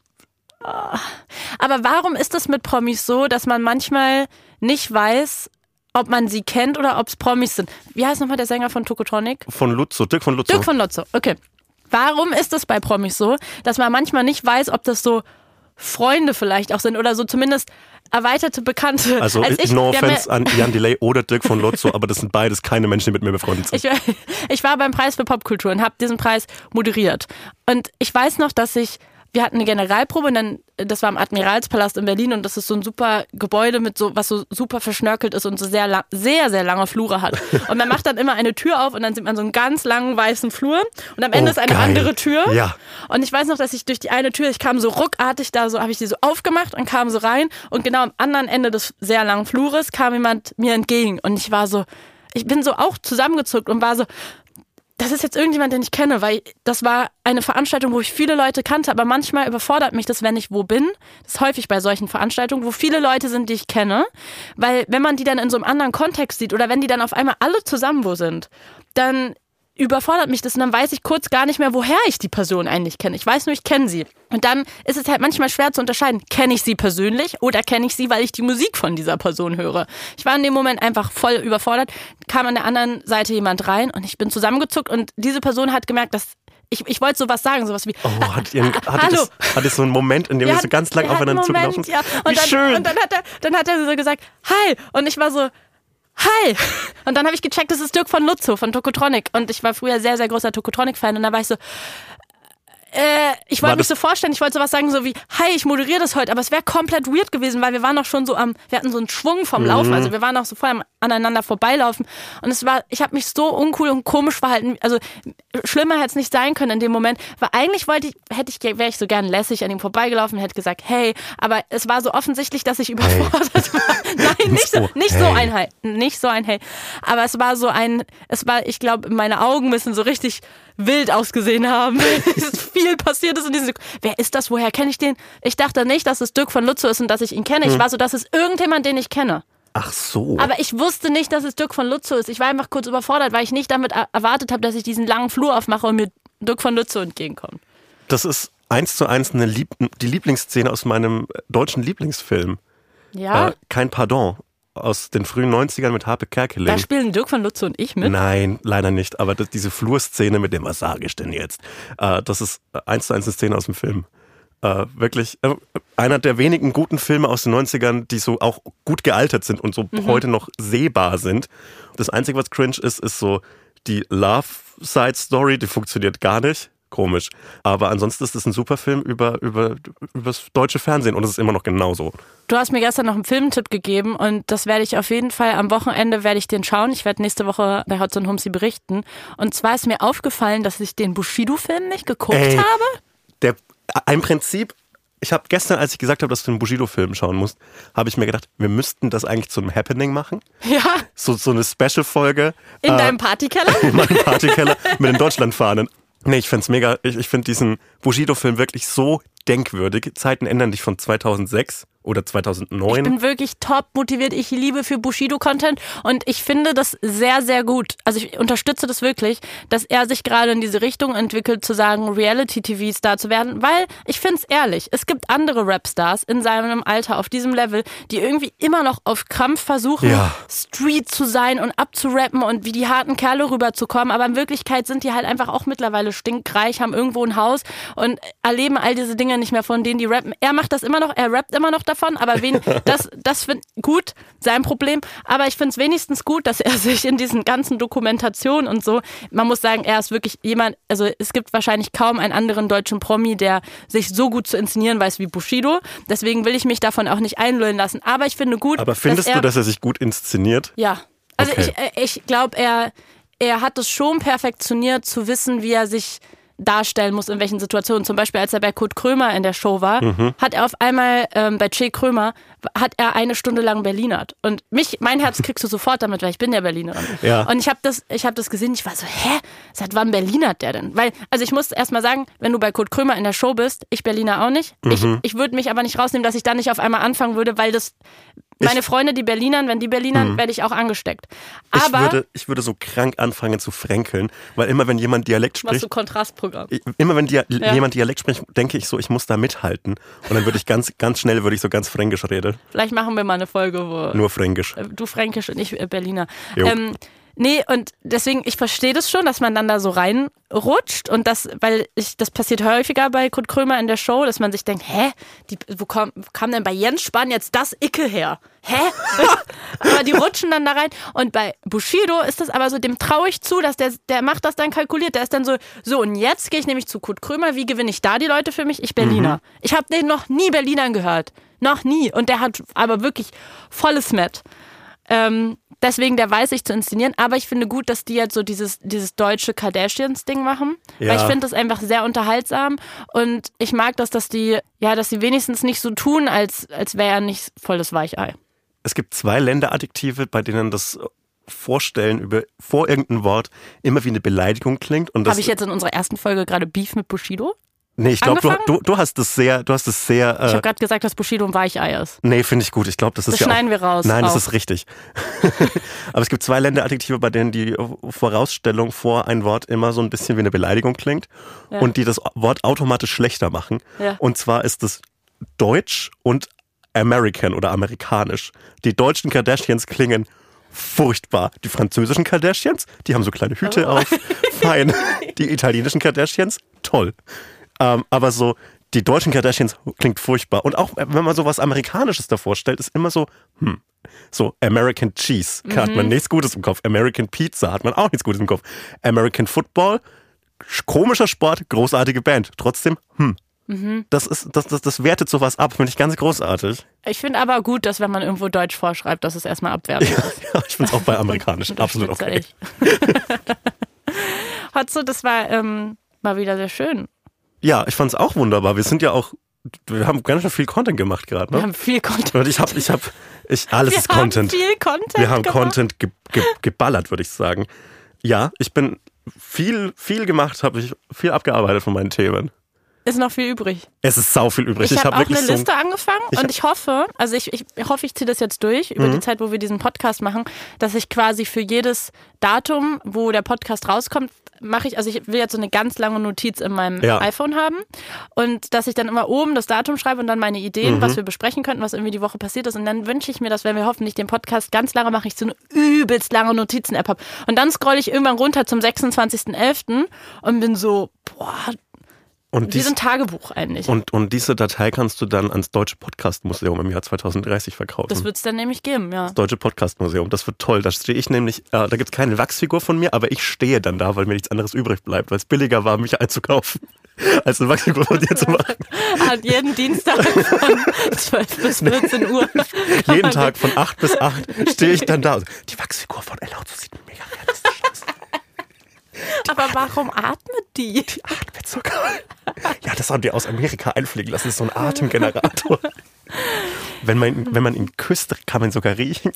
Aber warum ist es mit Promis so, dass man manchmal nicht weiß, ob man sie kennt oder ob es Promis sind? Wie heißt nochmal der Sänger von Tokotronic? Von Lutzo, Dirk von Lutzo. Dirk von Lutzo, okay. Warum ist es bei Promis so, dass man manchmal nicht weiß, ob das so Freunde vielleicht auch sind oder so zumindest erweiterte Bekannte? Also Als ich, no offense an Jan Delay oder Dirk von Lutzo, aber das sind beides keine Menschen, die mit mir befreundet sind. Ich, ich war beim Preis für Popkultur und habe diesen Preis moderiert. Und ich weiß noch, dass ich wir hatten eine Generalprobe und dann, das war im Admiralspalast in Berlin und das ist so ein super Gebäude mit so, was so super verschnörkelt ist und so sehr, lang, sehr, sehr lange Flure hat. Und man macht dann immer eine Tür auf und dann sieht man so einen ganz langen weißen Flur und am Ende oh, ist eine geil. andere Tür. Ja. Und ich weiß noch, dass ich durch die eine Tür, ich kam so ruckartig da, so habe ich die so aufgemacht und kam so rein und genau am anderen Ende des sehr langen Flures kam jemand mir entgegen und ich war so, ich bin so auch zusammengezuckt und war so, das ist jetzt irgendjemand, den ich kenne, weil das war eine Veranstaltung, wo ich viele Leute kannte, aber manchmal überfordert mich das, wenn ich wo bin. Das ist häufig bei solchen Veranstaltungen, wo viele Leute sind, die ich kenne, weil wenn man die dann in so einem anderen Kontext sieht oder wenn die dann auf einmal alle zusammen wo sind, dann überfordert mich das und dann weiß ich kurz gar nicht mehr, woher ich die Person eigentlich kenne. Ich weiß nur, ich kenne sie. Und dann ist es halt manchmal schwer zu unterscheiden, kenne ich sie persönlich oder kenne ich sie, weil ich die Musik von dieser Person höre. Ich war in dem Moment einfach voll überfordert, kam an der anderen Seite jemand rein und ich bin zusammengezuckt und diese Person hat gemerkt, dass ich, ich wollte sowas sagen, sowas wie oh, hat ihr, hattet Hallo. Das, hattet so einen Moment, in dem wir so ganz lang aufeinander zugelaufen sind? Ja. Und, wie dann, schön. und dann hat er, dann hat er so gesagt, hi. Und ich war so, hi! Und dann habe ich gecheckt, das ist Dirk von Lutzo von Tokotronic. Und ich war früher sehr, sehr großer Tokotronic-Fan. Und da war ich so, äh, ich wollte mich so vorstellen, ich wollte sowas sagen, so wie, hi, ich moderiere das heute. Aber es wäre komplett weird gewesen, weil wir waren noch schon so am, wir hatten so einen Schwung vom mhm. Laufen. Also wir waren noch so voll am aneinander vorbeilaufen. Und es war, ich habe mich so uncool und komisch verhalten. Also schlimmer hätte es nicht sein können in dem Moment. Weil eigentlich wollte ich, hätte ich, wäre ich so gern lässig an ihm vorbeigelaufen und hätte gesagt, hey. Aber es war so offensichtlich, dass ich überfordert hey. war. Nein, nicht so, nicht hey. so ein Hey. Nicht so ein Hey. Aber es war so ein, es war, ich glaube, meine Augen müssen so richtig wild ausgesehen haben. Es ist viel passiert ist in diesem, wer ist das, woher kenne ich den? Ich dachte nicht, dass es Dirk von Lutzo ist und dass ich ihn kenne. Ich hm. war so, das ist irgendjemand, den ich kenne. Ach so. Aber ich wusste nicht, dass es Dirk von Lutzo ist. Ich war einfach kurz überfordert, weil ich nicht damit erwartet habe, dass ich diesen langen Flur aufmache und mir Dirk von Lutzo entgegenkommt. Das ist eins zu eins eine Lieb- die Lieblingsszene aus meinem deutschen Lieblingsfilm. Ja. Äh, Kein Pardon. aus den frühen neunzigern mit Harpe Kerkeling. Da spielen Dirk von Lutze und ich mit? Nein, leider nicht. Aber das, diese Flurszene mit dem, was sage ich denn jetzt? Äh, das ist eins zu eins eine Szene aus dem Film. Äh, wirklich äh, einer der wenigen guten Filme aus den neunzigern, die so auch gut gealtert sind und so mhm. heute noch sehbar sind. Das Einzige, was cringe ist, ist so die Love-Side-Story, die funktioniert gar nicht. Komisch. Aber ansonsten ist es ein super Film über, über, über das deutsche Fernsehen und es ist immer noch genauso. Du hast mir gestern noch einen Filmtipp gegeben und das werde ich auf jeden Fall am Wochenende werde ich den schauen. Ich werde nächste Woche bei Hotz und Humsi berichten. Und zwar ist mir aufgefallen, dass ich den Bushido-Film nicht geguckt Ey, habe. Der, im Prinzip, ich habe gestern, als ich gesagt habe, dass du den Bushido-Film schauen musst, habe ich mir gedacht, wir müssten das eigentlich zu einem Happening machen. Ja. So, so eine Special-Folge. In äh, deinem Partykeller? In meinem Partykeller mit den Deutschlandfahnen. Nee, ich find's mega, ich, ich finde diesen Bushido-Film wirklich so denkwürdig. Zeiten ändern dich von zweitausendsechs oder zweitausendneun. Ich bin wirklich top motiviert. Ich liebe für Bushido-Content und ich finde das sehr, sehr gut. Also ich unterstütze das wirklich, dass er sich gerade in diese Richtung entwickelt, zu sagen, Reality-T V-Star zu werden, weil ich finde es ehrlich, es gibt andere Rapstars in seinem Alter auf diesem Level, die irgendwie immer noch auf Krampf versuchen, ja. Street zu sein und abzurappen und wie die harten Kerle rüberzukommen, aber in Wirklichkeit sind die halt einfach auch mittlerweile stinkreich, haben irgendwo ein Haus und erleben all diese Dinge nicht mehr, von denen die rappen. Er macht das immer noch, er rappt immer noch davon, aber wen, das, das finde ich gut, sein Problem. Aber ich finde es wenigstens gut, dass er sich in diesen ganzen Dokumentationen und so, man muss sagen, er ist wirklich jemand, also es gibt wahrscheinlich kaum einen anderen deutschen Promi, der sich so gut zu inszenieren weiß wie Bushido. Deswegen will ich mich davon auch nicht einlullen lassen. Aber ich finde gut, Aber findest dass er, du, dass er sich gut inszeniert? Ja. Also okay. ich, ich glaube, er, er hat es schon perfektioniert, zu wissen, wie er sich darstellen muss, in welchen Situationen. Zum Beispiel, als er bei Kurt Krömer in der Show war, mhm. hat er auf einmal ähm, bei Che Krömer, hat er eine Stunde lang Berlinert. Und mich, mein Herz kriegst du sofort damit, weil ich bin ja Berlinerin. Ja. Und ich habe das, ich hab das gesehen, ich war so, hä? Seit wann Berlinert der denn? Weil, also ich muss erst mal sagen, wenn du bei Kurt Krömer in der Show bist, ich Berliner auch nicht. Mhm. Ich, ich würde mich aber nicht rausnehmen, dass ich da nicht auf einmal anfangen würde, weil das meine ich, Freunde, die Berlinern, wenn die Berlinern, hm. werde ich auch angesteckt. Aber ich würde, ich würde so krank anfangen zu fränkeln, weil immer wenn jemand Dialekt spricht... Machst du Kontrastprogramm. Ich, immer wenn Dia- ja. jemand Dialekt spricht, denke ich so, ich muss da mithalten. Und dann würde ich ganz, ganz schnell, würde ich so ganz fränkisch reden. Vielleicht machen wir mal eine Folge, wo... Nur fränkisch. Du fränkisch und ich Berliner. Ähm, nee, und deswegen, ich verstehe das schon, dass man dann da so reinrutscht und das, weil ich, das passiert häufiger bei Kurt Krömer in der Show, dass man sich denkt, hä, die, wo, kam, wo kam denn bei Jens Spahn jetzt das Icke her? Hä? Aber die rutschen dann da rein und bei Bushido ist das aber so, dem traue ich zu, dass der, der macht das dann kalkuliert, der ist dann so, so und jetzt gehe ich nämlich zu Kurt Krömer, wie gewinne ich da die Leute für mich? Ich Berliner. Mhm. Ich habe den noch nie Berlinern gehört. Noch nie. Und der hat aber wirklich volles Met. Ähm, deswegen, der weiß sich zu inszenieren, aber ich finde gut, dass die jetzt so dieses, dieses deutsche Kardashians-Ding machen, ja. Weil ich finde das einfach sehr unterhaltsam und ich mag das, dass die, ja, dass sie wenigstens nicht so tun, als, als wäre er nicht volles Weichei. Es gibt zwei Länderadjektive, bei denen das Vorstellen über vor irgendein Wort immer wie eine Beleidigung klingt. Habe ich jetzt in unserer ersten Folge gerade Beef mit Bushido? Nee, ich glaube, du, du, du hast es sehr, du hast es sehr. Äh, ich habe gerade gesagt, dass Bushido ein Weichei ist. Nee, finde ich gut. Ich glaube, das ist das ja. Das schneiden auch, wir raus. Nein, auch. das ist richtig. Aber es gibt zwei Länderadjektive, bei denen die Vorausstellung vor ein Wort immer so ein bisschen wie eine Beleidigung klingt ja. und die das Wort automatisch schlechter machen. Ja. Und zwar ist es Deutsch und American oder amerikanisch. Die deutschen Kardashians klingen furchtbar. Die französischen Kardashians, die haben so kleine Hüte oh. auf. Fein. Die italienischen Kardashians, toll. Ähm, aber so, die deutschen Kardashians klingt furchtbar. Und auch, wenn man so was Amerikanisches davor stellt, ist immer so, hm, so American Cheese, mhm. hat man nichts Gutes im Kopf. American Pizza hat man auch nichts Gutes im Kopf. American Football, komischer Sport, großartige Band. Trotzdem, hm. Mhm. Das ist, das, das, das wertet sowas ab, finde ich ganz großartig. Ich finde aber gut, dass wenn man irgendwo Deutsch vorschreibt, dass es erstmal abwertet ja, ist. Ja, ich finde es auch bei amerikanischen absolut okay. Hotzo, das war ähm, mal wieder sehr schön. Ja, ich fand es auch wunderbar. Wir sind ja auch, wir haben ganz schön viel Content gemacht gerade. Ne? Wir haben viel Content. Und ich habe, ich habe, ich, alles wir ist Content. Wir haben viel Content Wir haben gemacht. Content ge, ge, geballert, würde ich sagen. Ja, ich bin viel, viel gemacht, habe ich viel abgearbeitet von meinen Themen. ist noch viel übrig. Es ist sau viel übrig. Ich, ich habe hab auch eine so Liste angefangen ich und ich hoffe, also ich, ich hoffe, ich ziehe das jetzt durch über mhm. die Zeit, wo wir diesen Podcast machen, dass ich quasi für jedes Datum, wo der Podcast rauskommt, mache ich, also ich will jetzt so eine ganz lange Notiz in meinem ja. iPhone haben und dass ich dann immer oben das Datum schreibe und dann meine Ideen, mhm. was wir besprechen könnten, was irgendwie die Woche passiert ist und dann wünsche ich mir, dass wenn wir hoffentlich den Podcast ganz lange machen, ich so eine übelst lange Notizen-App habe und dann scrolle ich irgendwann runter zum sechsundzwanzigsten elften und bin so, boah, und wie dies, so ein Tagebuch eigentlich. Und, und diese Datei kannst du dann ans Deutsche Podcast-Museum im Jahr zweitausenddreißig verkaufen. Das wird es dann nämlich geben, ja. Das Deutsche Podcast-Museum, das wird toll. Da stehe ich nämlich, äh, da gibt es keine Wachsfigur von mir, aber ich stehe dann da, weil mir nichts anderes übrig bleibt, weil es billiger war, mich einzukaufen, als eine Wachsfigur von dir zu machen. An jeden Dienstag von zwölf bis vierzehn Uhr. Jeden Tag von acht bis acht stehe ich dann da. Die Wachsfigur von Ella, so sieht mega realistisch aus. Aber warum atmet die? Die atmet sogar. Ja, das haben die aus Amerika einfliegen lassen. Das ist so ein Atemgenerator. Wenn man, wenn man ihn küsst, kann man sogar riechen.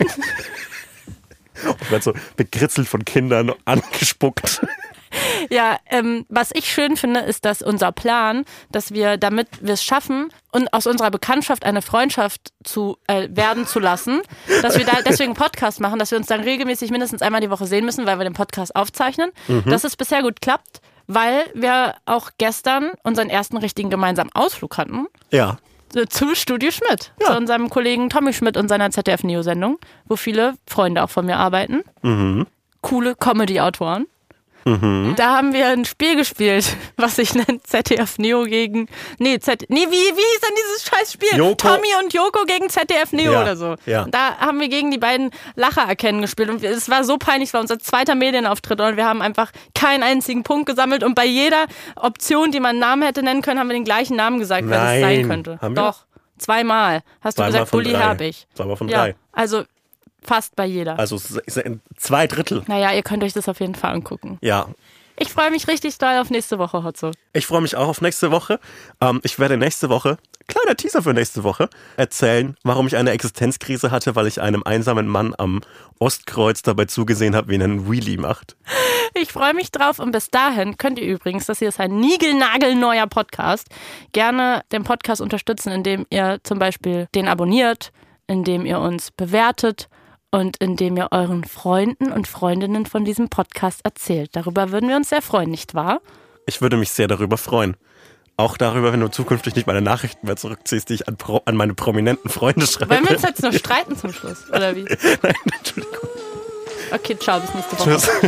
Und wird so bekritzelt von Kindern, angespuckt. Ja, ähm, was ich schön finde, ist, dass unser Plan, dass wir, damit wir es schaffen, und aus unserer Bekanntschaft eine Freundschaft zu äh, werden zu lassen, dass wir da deswegen einen Podcast machen, dass wir uns dann regelmäßig mindestens einmal die Woche sehen müssen, weil wir den Podcast aufzeichnen. Mhm. Dass es bisher gut klappt, weil wir auch gestern unseren ersten richtigen gemeinsamen Ausflug hatten. Ja. Zu Studio Schmidt, ja. Zu unserem Kollegen Tommy Schmidt und seiner Z D F-Neo-Sendung, wo viele Freunde auch von mir arbeiten. Mhm. Coole Comedy-Autoren. Mhm. Da haben wir ein Spiel gespielt, was sich nennt Z D F Neo gegen, nee, Z, nee, wie, wie hieß denn dieses Scheißspiel? Joko. Tommy und Joko gegen Z D F Neo ja, oder so. Ja. Da haben wir gegen die beiden Lacher erkennen gespielt und es war so peinlich, es war unser zweiter Medienauftritt und wir haben einfach keinen einzigen Punkt gesammelt und bei jeder Option, die man einen Namen hätte nennen können, haben wir den gleichen Namen gesagt, wer das sein könnte. Haben wir? Doch, zweimal. Hast zweimal du gesagt, Uli Herbig. Zweimal von ja, drei. Also fast bei jeder. Also zwei Drittel. Naja, ihr könnt euch das auf jeden Fall angucken. Ja. Ich freue mich richtig doll auf nächste Woche, Hotzo. Ich freue mich auch auf nächste Woche. Ähm, ich werde nächste Woche, kleiner Teaser für nächste Woche, erzählen, warum ich eine Existenzkrise hatte, weil ich einem einsamen Mann am Ostkreuz dabei zugesehen habe, wie er einen Wheelie macht. Ich freue mich drauf und bis dahin könnt ihr übrigens, das hier ist ein niegelnagelneuer Podcast, gerne den Podcast unterstützen, indem ihr zum Beispiel den abonniert, indem ihr uns bewertet, und indem ihr euren Freunden und Freundinnen von diesem Podcast erzählt. Darüber würden wir uns sehr freuen, nicht wahr? Ich würde mich sehr darüber freuen. Auch darüber, wenn du zukünftig nicht meine Nachrichten mehr zurückziehst, die ich an, Pro- an meine prominenten Freunde schreibe. Wollen wir uns jetzt nur streiten zum Schluss, oder wie? Nein, Entschuldigung. Okay, ciao, bis nächste Woche. Tschüss.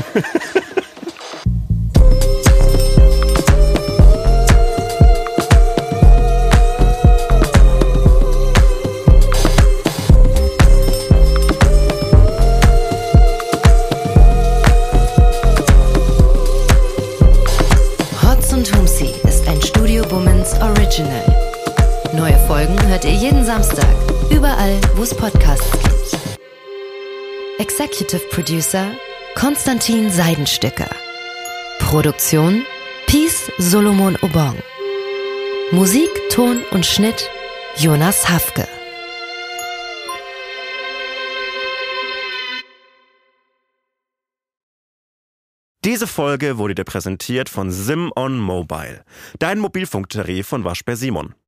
Original. Neue Folgen hört ihr jeden Samstag, überall, wo es Podcasts gibt. Executive Producer Konstantin Seidenstücker. Produktion Peace Solomon Obong. Musik, Ton und Schnitt Jonas Hafke. Diese Folge wurde dir präsentiert von SimOn Mobile, dein Mobilfunktarif von Waschbär Simon.